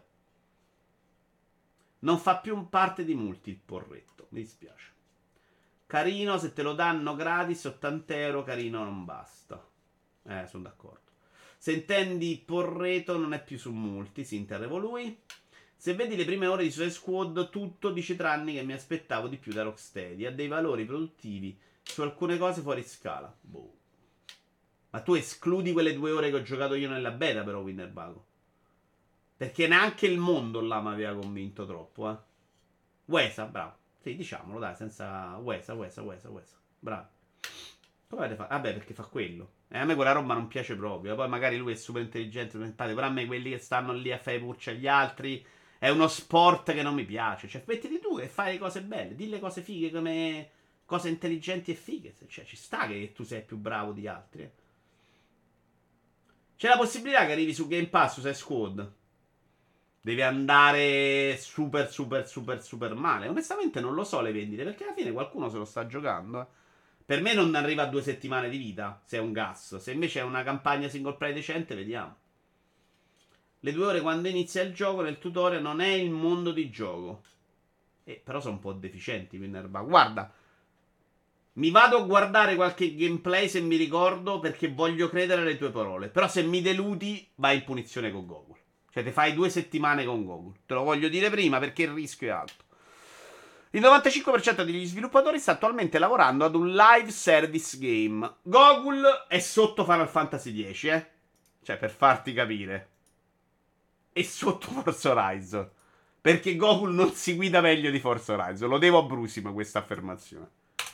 Non fa più parte di multi il porretto. Mi dispiace. Carino, se te lo danno gratis, 80 euro, carino, non basta. Sono d'accordo. Se intendi porreto, non è più su multi, si interroga lui. Se vedi le prime ore di Suicide Squad, tutto dice tranne che mi aspettavo di più da Rocksteady. Ha dei valori produttivi su alcune cose fuori scala. Boh. Ma tu escludi quelle 2 ore che ho giocato io nella beta, però, Winnerbago. Perché neanche il mondo là mi aveva convinto troppo, eh. Wesa, bravo. Sì, diciamolo, dai, senza Wesa. Bravo. Come avete fatto? Vabbè, perché fa quello. A me quella roba non piace proprio. Poi magari lui è super intelligente, super simpatico, però a me quelli che stanno lì a fare purce agli altri è uno sport che non mi piace. Cioè, mettiti tu e fai le cose belle. Di le cose fighe come cose intelligenti e fighe. Cioè, ci sta che tu sei più bravo di altri, eh. C'è la possibilità che arrivi su Game Pass, su Suicide Squad. Devi andare super male. Onestamente non lo so le vendite, perché alla fine qualcuno se lo sta giocando, eh. Per me non arriva a 2 settimane di vita, se è un gas. Se invece è una campagna single play decente, vediamo. Le 2 ore quando inizia il gioco, nel tutorial, non è il mondo di gioco. Però sono un po' deficienti, Winnerbago. Guarda, mi vado a guardare qualche gameplay se mi ricordo, perché voglio credere alle tue parole. Però se mi deludi, vai in punizione con Google. Cioè, te fai 2 settimane con Google. Te lo voglio dire prima, perché il rischio è alto. Il 95% degli sviluppatori sta attualmente lavorando ad un live service game. Google è sotto Final Fantasy X, eh? Cioè, per farti capire. È sotto Forza Horizon. Perché Google non si guida meglio di Forza Horizon. Lo devo a Brusim questa affermazione.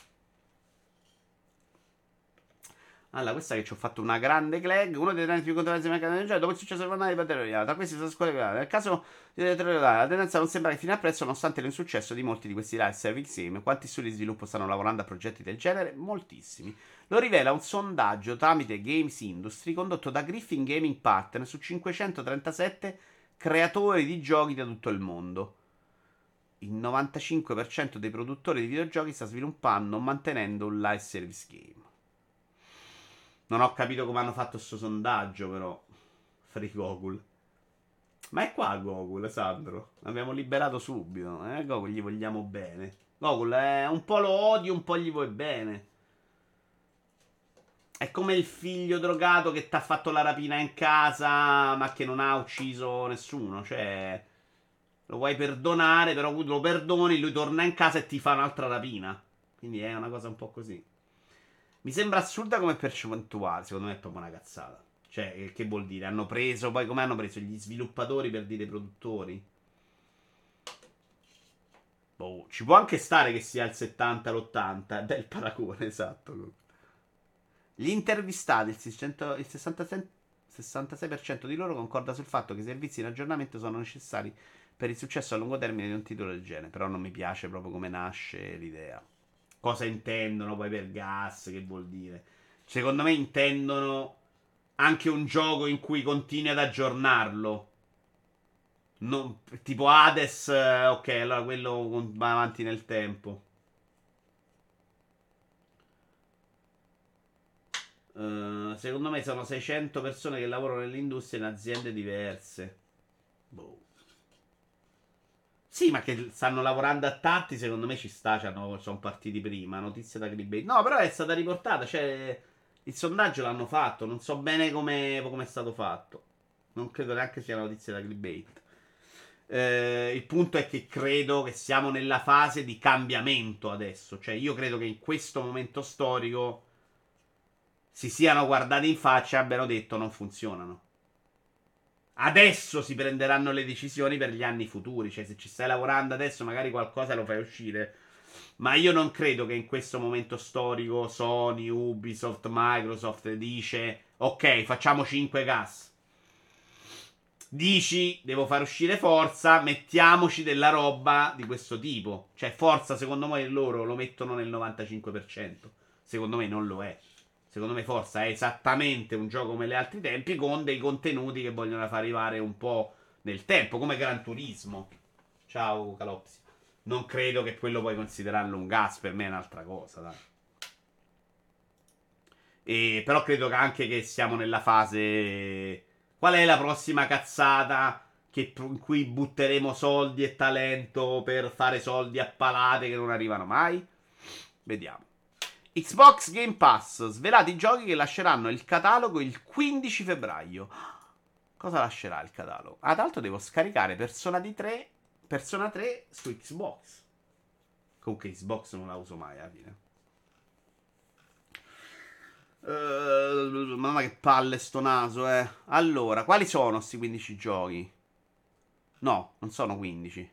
Allora, questa che ci ho fatto una grande clag. Uno dei trend più controversi del mercato del gioco. Dopo il successo del di Battle Royale, tra questi sono scuole private. Nel caso di Battle Royale, la tendenza non sembra che fino a prezzo, nonostante l'insuccesso di molti di questi live service game. Quanti studi di sviluppo stanno lavorando a progetti del genere? Moltissimi. Lo rivela un sondaggio tramite Games Industry condotto da Griffin Gaming Partner su 537 creatori di giochi da tutto il mondo. Il 95% dei produttori di videogiochi sta sviluppando o mantenendo un live service game. Non ho capito come hanno fatto questo sondaggio, però. Free Google. Ma è qua Google, Sandro. L'abbiamo liberato subito. Google gli vogliamo bene. Google un po' lo odio, un po' gli vuoi bene. È come il figlio drogato che ti ha fatto la rapina in casa, ma che non ha ucciso nessuno. Cioè, lo vuoi perdonare, però lo perdoni, lui torna in casa e ti fa un'altra rapina. Quindi è una cosa un po' così. Mi sembra assurda come percentuale. Secondo me è proprio una cazzata. Cioè, che vuol dire? Hanno preso, poi come hanno preso gli sviluppatori per dire produttori? Boh, ci può anche stare che sia il 70 l'80 del paragone, esatto. Gli intervistati, il 66% di loro concorda sul fatto che i servizi in aggiornamento sono necessari per il successo a lungo termine di un titolo del genere. Però non mi piace proprio come nasce l'idea. cosa intendono poi per gas, che vuol dire. Secondo me intendono anche un gioco in cui continui ad aggiornarlo. Tipo Hades, ok, allora quello va avanti nel tempo. Secondo me sono 600 persone che lavorano nell'industria in aziende diverse. Boh. Sì, ma che stanno lavorando a tanti, secondo me ci sta, sono partiti prima, notizia da clickbait. No, però è stata riportata, cioè il sondaggio l'hanno fatto, non so bene come è stato fatto. Non credo neanche sia una notizia da clickbait. Il punto è che credo che siamo nella fase di cambiamento adesso, cioè io credo che in questo momento storico si siano guardati in faccia e abbiano detto non funzionano. Adesso si prenderanno le decisioni per gli anni futuri. Cioè, se ci stai lavorando adesso, magari qualcosa lo fai uscire. Ma io non credo che in questo momento storico Sony, Ubisoft, Microsoft dice ok, facciamo 5 gas. Dici, devo far uscire Forza, mettiamoci della roba di questo tipo. Cioè, Forza, secondo me, loro lo mettono nel 95%. Secondo me non lo è. Secondo me Forza è esattamente un gioco come gli altri tempi, con dei contenuti che vogliono far arrivare un po' nel tempo, come Gran Turismo. Ciao, Calopsi. Non credo che quello puoi considerarlo un gas, per me è un'altra cosa, dai. Però credo che anche che siamo nella fase... Qual è la prossima cazzata in cui butteremo soldi e talento per fare soldi a palate che non arrivano mai? Vediamo. Xbox Game Pass, svelati i giochi che lasceranno il catalogo il 15 febbraio. Cosa lascerà il catalogo? Ah, tra l'altro devo scaricare Persona 3 su Xbox. Comunque Xbox non la uso mai alla fine. Mamma che palle sto naso, eh. Allora, quali sono sti 15 giochi? No, non sono 15.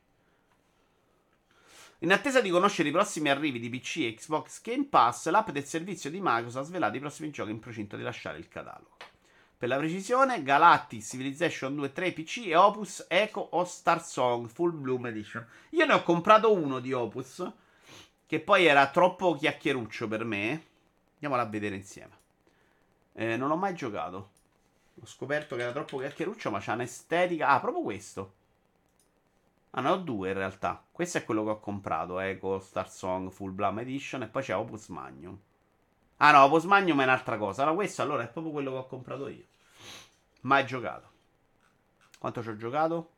In attesa di conoscere i prossimi arrivi di PC e Xbox Game Pass, l'app del servizio di Microsoft ha svelato i prossimi giochi in procinto di lasciare il catalogo. Per la precisione, Galactic, Civilization 2 3 PC e Opus Echo o Star Song Full Bloom Edition. Io ne ho comprato uno di Opus, che poi era troppo chiacchieruccio per me. Andiamola a vedere insieme. Non l'ho mai giocato. Ho scoperto che era troppo chiacchieruccio, ma c'ha un'estetica... Ah, proprio questo. Ah, ne ho due in realtà. Questo è quello che ho comprato, Echo Star Song Full Bloom Edition. E poi c'è Opus Magnum. Ah no, Opus Magnum è un'altra cosa. Allora questo allora è proprio quello che ho comprato io. Mai giocato. Quanto ci ho giocato?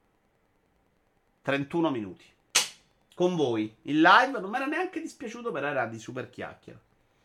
31 minuti. Con voi. In live non mi era neanche dispiaciuto, però era di super chiacchiera.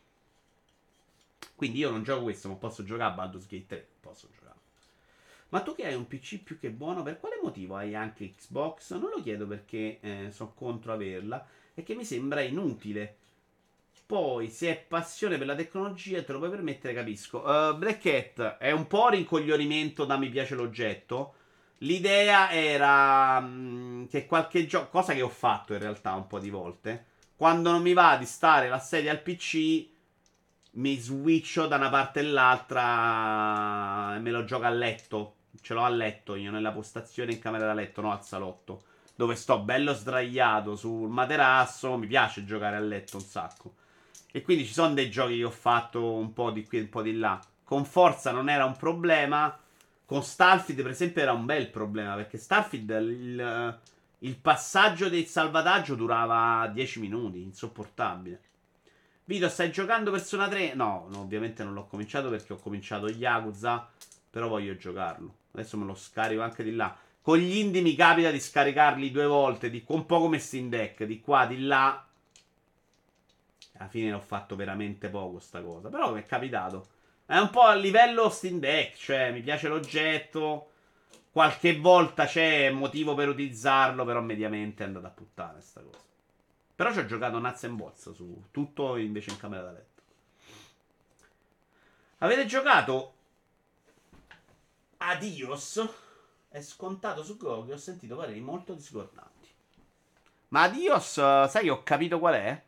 Quindi io non gioco questo, ma posso giocare a Baldur's Gate 3. Posso giocare. Ma tu che hai un PC più che buono, per quale motivo hai anche Xbox? Non lo chiedo perché sono contro averla, e che mi sembra inutile. Poi, se è passione per la tecnologia, te lo puoi permettere, capisco. Black Cat è un po' rincoglionimento da mi piace l'oggetto. L'idea era che qualche gioco, cosa che ho fatto in realtà un po' di volte, quando non mi va di stare la sedia al PC, mi switcho da una parte all'altra e me lo gioco a letto. Ce l'ho a letto io, nella postazione in camera da letto, no al salotto, dove sto bello sdraiato sul materasso. Mi piace giocare a letto un sacco. E quindi ci sono dei giochi che ho fatto un po' di qui e un po' di là. Con Forza non era un problema. Con Starfield, per esempio, era un bel problema, perché Starfield il passaggio del salvataggio durava 10 minuti, insopportabile. Vito, stai giocando Persona 3? No, ovviamente non l'ho cominciato perché ho cominciato Yakuza, però voglio giocarlo. Adesso me lo scarico anche di là. Con gli indie mi capita di scaricarli 2 volte, un po' come Steam Deck, di qua, di là. Alla fine l'ho fatto veramente poco sta cosa, però mi è capitato. È un po' a livello Steam Deck, cioè mi piace l'oggetto, qualche volta c'è motivo per utilizzarlo, però mediamente è andata a puttane sta cosa. Però ci ho giocato Nuts and Bolts su tutto invece in camera da letto. Avete giocato Adios? È scontato su GOG, ho sentito pareri molto discordanti. Ma Adios, sai che ho capito qual è?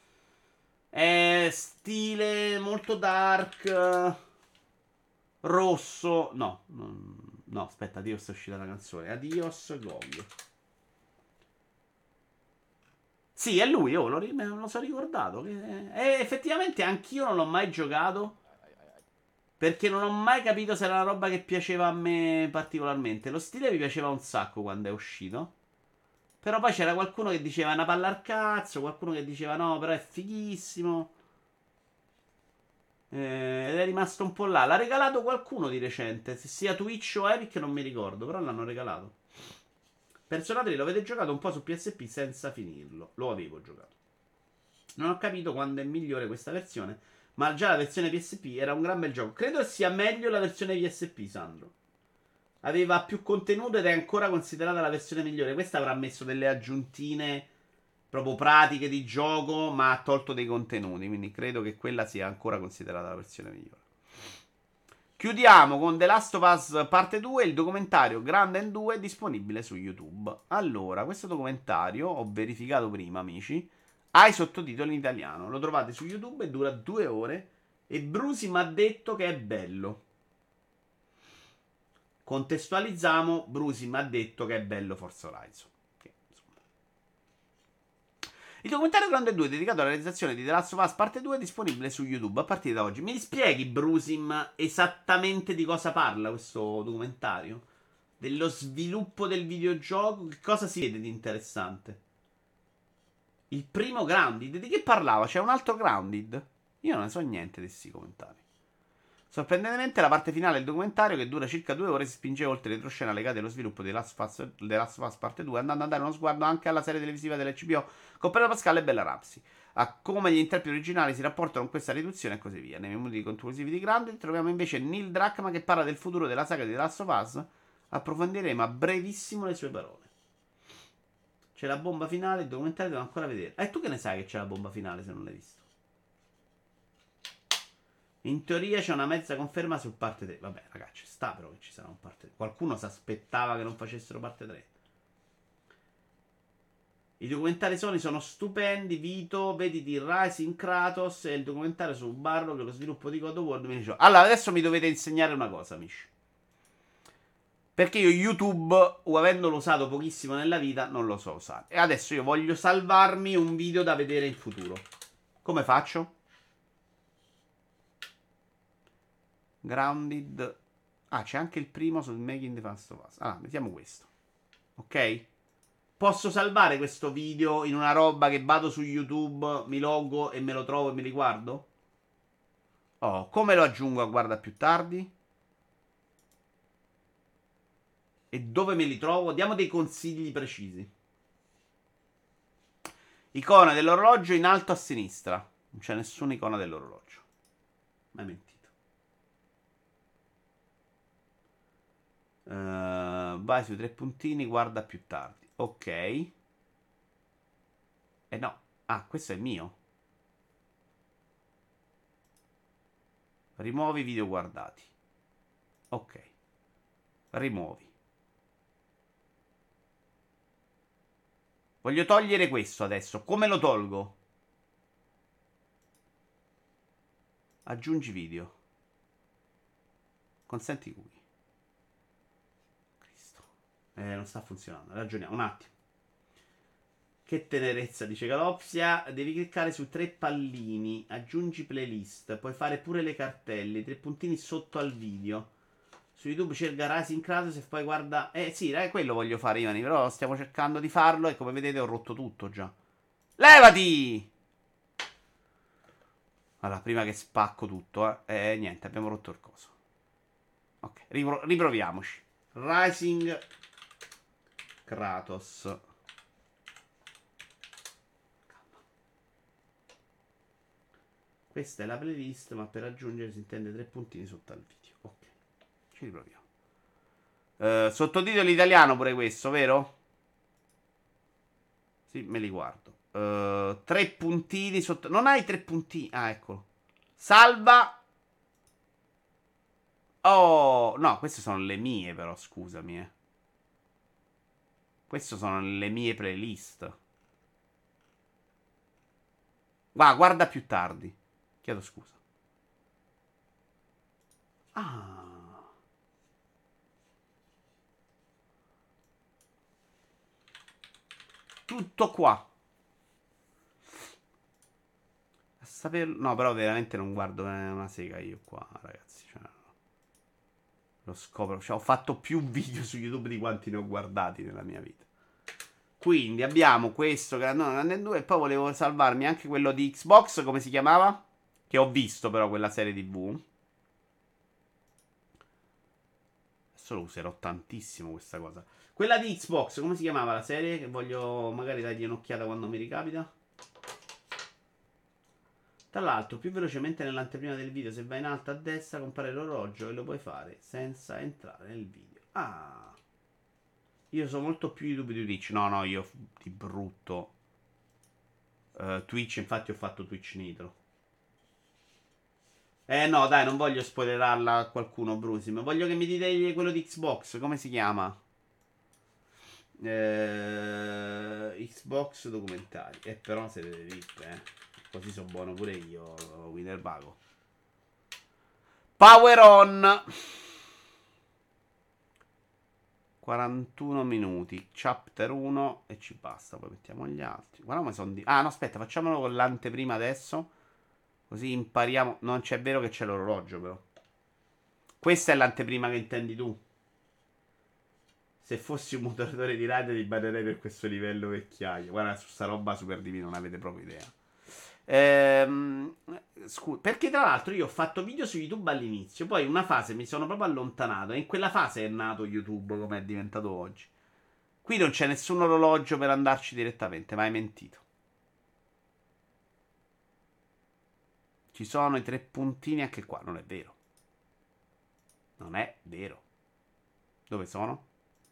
È stile molto dark, rosso. No, aspetta, Adios è uscita la canzone. Adios GOG. Sì, è lui, me lo so ricordato. Effettivamente anch'io non l'ho mai giocato. Perché non ho mai capito se era una roba che piaceva a me particolarmente. Lo stile mi piaceva un sacco quando è uscito. Però poi c'era qualcuno che diceva una palla al cazzo, qualcuno che diceva no, però è fighissimo. Ed è rimasto un po' là. L'ha regalato qualcuno di recente. Se sia Twitch o Epic non mi ricordo, però l'hanno regalato. Persona 3 lo avete giocato un po' su PSP senza finirlo. Lo avevo giocato. Non ho capito quando è migliore questa versione. Ma già la versione PSP era un gran bel gioco. Credo sia meglio la versione PSP, Sandro. Aveva più contenuto ed è ancora considerata la versione migliore. Questa avrà messo delle aggiuntine proprio pratiche di gioco, ma ha tolto dei contenuti. Quindi credo che quella sia ancora considerata la versione migliore. Chiudiamo con The Last of Us parte 2, il documentario Grand End 2 è disponibile su YouTube. Allora, questo documentario, ho verificato prima, amici, ha i sottotitoli in italiano. Lo trovate su YouTube e dura 2 ore. E Brusi mi ha detto che è bello. Contestualizziamo, Brusi mi ha detto che è bello Forza Horizon. Il documentario Grande 2 dedicato alla realizzazione di The Last of Us Parte 2 è disponibile su YouTube a partire da oggi. Mi spieghi, Brusim, esattamente di cosa parla questo documentario? Dello sviluppo del videogioco? Che cosa si vede di interessante? Il primo Grounded? Di che parlava? C'è un altro Grounded? Io non ne so niente di questi commentari. Sorprendentemente la parte finale del documentario, che dura circa 2 ore, si spinge oltre le retroscena legate allo sviluppo di The Last of Us Parte 2, andando a dare uno sguardo anche alla serie televisiva dell'HBO con Pedro Pascal e Bella Ramsey, a come gli interpreti originali si rapportano con questa riduzione e così via. Nei minuti conclusivi di Grande troviamo invece Neil Druckmann che parla del futuro della saga di The Last of Us. Approfondiremo a brevissimo le sue parole. C'è la bomba finale, il documentario devo ancora vedere. E tu che ne sai che c'è la bomba finale se non l'hai visto? In teoria c'è una mezza conferma su parte 3. Vabbè, ragazzi, sta però che ci sarà un parte 3. Qualcuno si aspettava che non facessero parte 3. I documentari Sony sono stupendi. Vito, vedi di Rising Kratos e il documentario su Barro che lo sviluppo di God of War 2018. Allora, adesso mi dovete insegnare una cosa, amici. Perché io YouTube, avendolo usato pochissimo nella vita, non lo so usare. E adesso io voglio salvarmi un video da vedere in futuro. Come faccio? Grounded. Ah, c'è anche il primo sul Making the Last of Us. Allora, mettiamo questo. Ok? Posso salvare questo video in una roba che vado su YouTube, mi loggo e me lo trovo e me li guardo? Oh, come lo aggiungo a guarda più tardi? E dove me li trovo? Diamo dei consigli precisi. Icona dell'orologio in alto a sinistra. Non c'è nessuna icona dell'orologio. Mai mentito. Vai sui 3 puntini, guarda più tardi. Ok. No. Ah, questo è mio. Rimuovi video guardati. Ok. Rimuovi. Voglio togliere questo adesso. Come lo tolgo? Aggiungi video. Consenti cookie. Cristo. Non sta funzionando. Ragioniamo un attimo. Che tenerezza, dice Galopsia. Devi cliccare su 3 pallini. Aggiungi playlist. Puoi fare pure le cartelle. I 3 puntini sotto al video. Su YouTube cerca Rising Kratos e poi guarda. Sì, quello voglio fare, Ivani. Però stiamo cercando di farlo e come vedete ho rotto tutto già. Levati! Allora, prima che spacco tutto, niente, abbiamo rotto il coso. Ok, riproviamoci. Rising Kratos. Questa è la playlist, ma per aggiungere si intende 3 puntini sotto al video. Ok, ci riproviamo. Sottotitoli italiano pure questo, vero? Sì, me li guardo. 3 puntini sotto. Non hai 3 puntini. Ah, eccolo. Salva. Oh, no, queste sono le mie, però, scusami. Queste sono le mie playlist. Guarda più tardi. Chiedo scusa. Ah. Tutto qua. saperlo. No, però veramente non guardo una sega io qua, ragazzi. Cioè, lo scopro. Cioè, ho fatto più video su YouTube di quanti ne ho guardati nella mia vita. Quindi abbiamo questo Grande 2 e poi volevo salvarmi anche quello di Xbox, come si chiamava? Che ho visto però quella serie TV. Adesso lo userò tantissimo questa cosa. Quella di Xbox, come si chiamava la serie? Che voglio magari dargli un'occhiata quando mi ricapita. Tra l'altro, più velocemente nell'anteprima del video, se vai in alto a destra compare l'orologio e lo puoi fare senza entrare nel video. Ah, io sono molto più YouTube di Twitch. No, io di brutto. Twitch, infatti ho fatto Twitch Nitro. No, dai, non voglio spoilerarla a qualcuno, Brusim. Voglio che mi dite quello di Xbox, come si chiama? Xbox documentari. Però se deve VIP, Così sono buono pure io, Winner Vago. Power on. 41 minuti. Chapter 1 e ci basta. Poi mettiamo gli altri. Guarda come sono no, aspetta, facciamolo con l'anteprima adesso. Così impariamo. Non c'è vero che c'è l'orologio, però. Questa è l'anteprima che intendi tu. Se fossi un moderatore di radio ti batterei per questo livello vecchiaio. Guarda, su sta roba super divina non avete proprio idea. Perché tra l'altro io ho fatto video su YouTube all'inizio, poi una fase mi sono proprio allontanato e in quella fase è nato YouTube come è diventato oggi. Qui non c'è nessun orologio per andarci direttamente, ma hai mentito. Ci sono i 3 puntini anche qua, non è vero. Non è vero. Dove sono?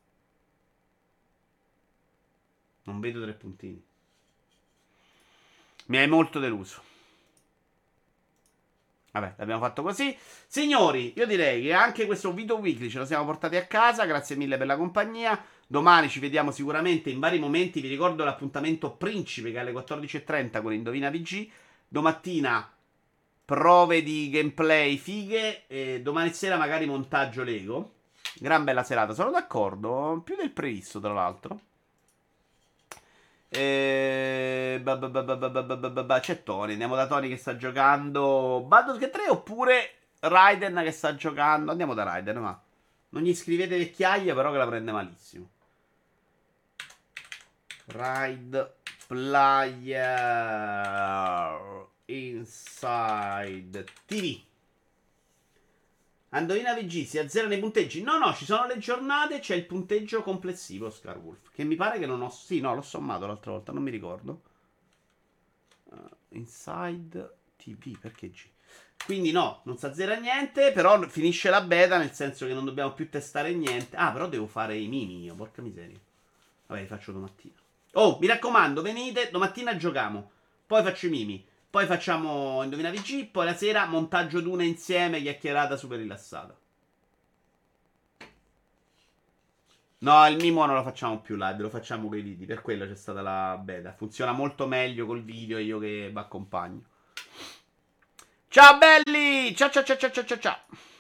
Non vedo 3 puntini. Mi hai molto deluso. Vabbè, l'abbiamo fatto così. Signori, io direi che anche questo video weekly ce lo siamo portati a casa. Grazie mille per la compagnia. Domani ci vediamo sicuramente in vari momenti. Vi ricordo l'appuntamento principe che è alle 14:30 con Indovina VG. Domattina prove di gameplay fighe. E domani sera magari montaggio Lego. Gran bella serata, sono d'accordo. Più del previsto, tra l'altro. C'è Tony. Andiamo da Tony che sta giocando Baldur's Gate 3 oppure Raiden che sta giocando. Andiamo da Raiden, ma non gli scrivete vecchiaia, però che la prende malissimo. Ride Player Inside TV. Andovina VG, si azzerano i punteggi? No, ci sono le giornate, c'è il punteggio complessivo, Scarwolf. Che mi pare che non ho... Sì, no, l'ho sommato l'altra volta, non mi ricordo. Inside TV, perché G? Quindi no, non si azzera niente, però finisce la beta, nel senso che non dobbiamo più testare niente. Ah, però devo fare i mini io, porca miseria. Vabbè, li faccio domattina. Oh, mi raccomando, venite, domattina giochiamo. Poi faccio i mimi. Poi facciamo Indovina VG, poi la sera montaggio d'una insieme, chiacchierata super rilassata. No, il mimo non lo facciamo più live, lo facciamo con i video, per quello c'è stata la beta. Funziona molto meglio col video e io che vi accompagno. Ciao belli! Ciao ciao ciao ciao ciao ciao!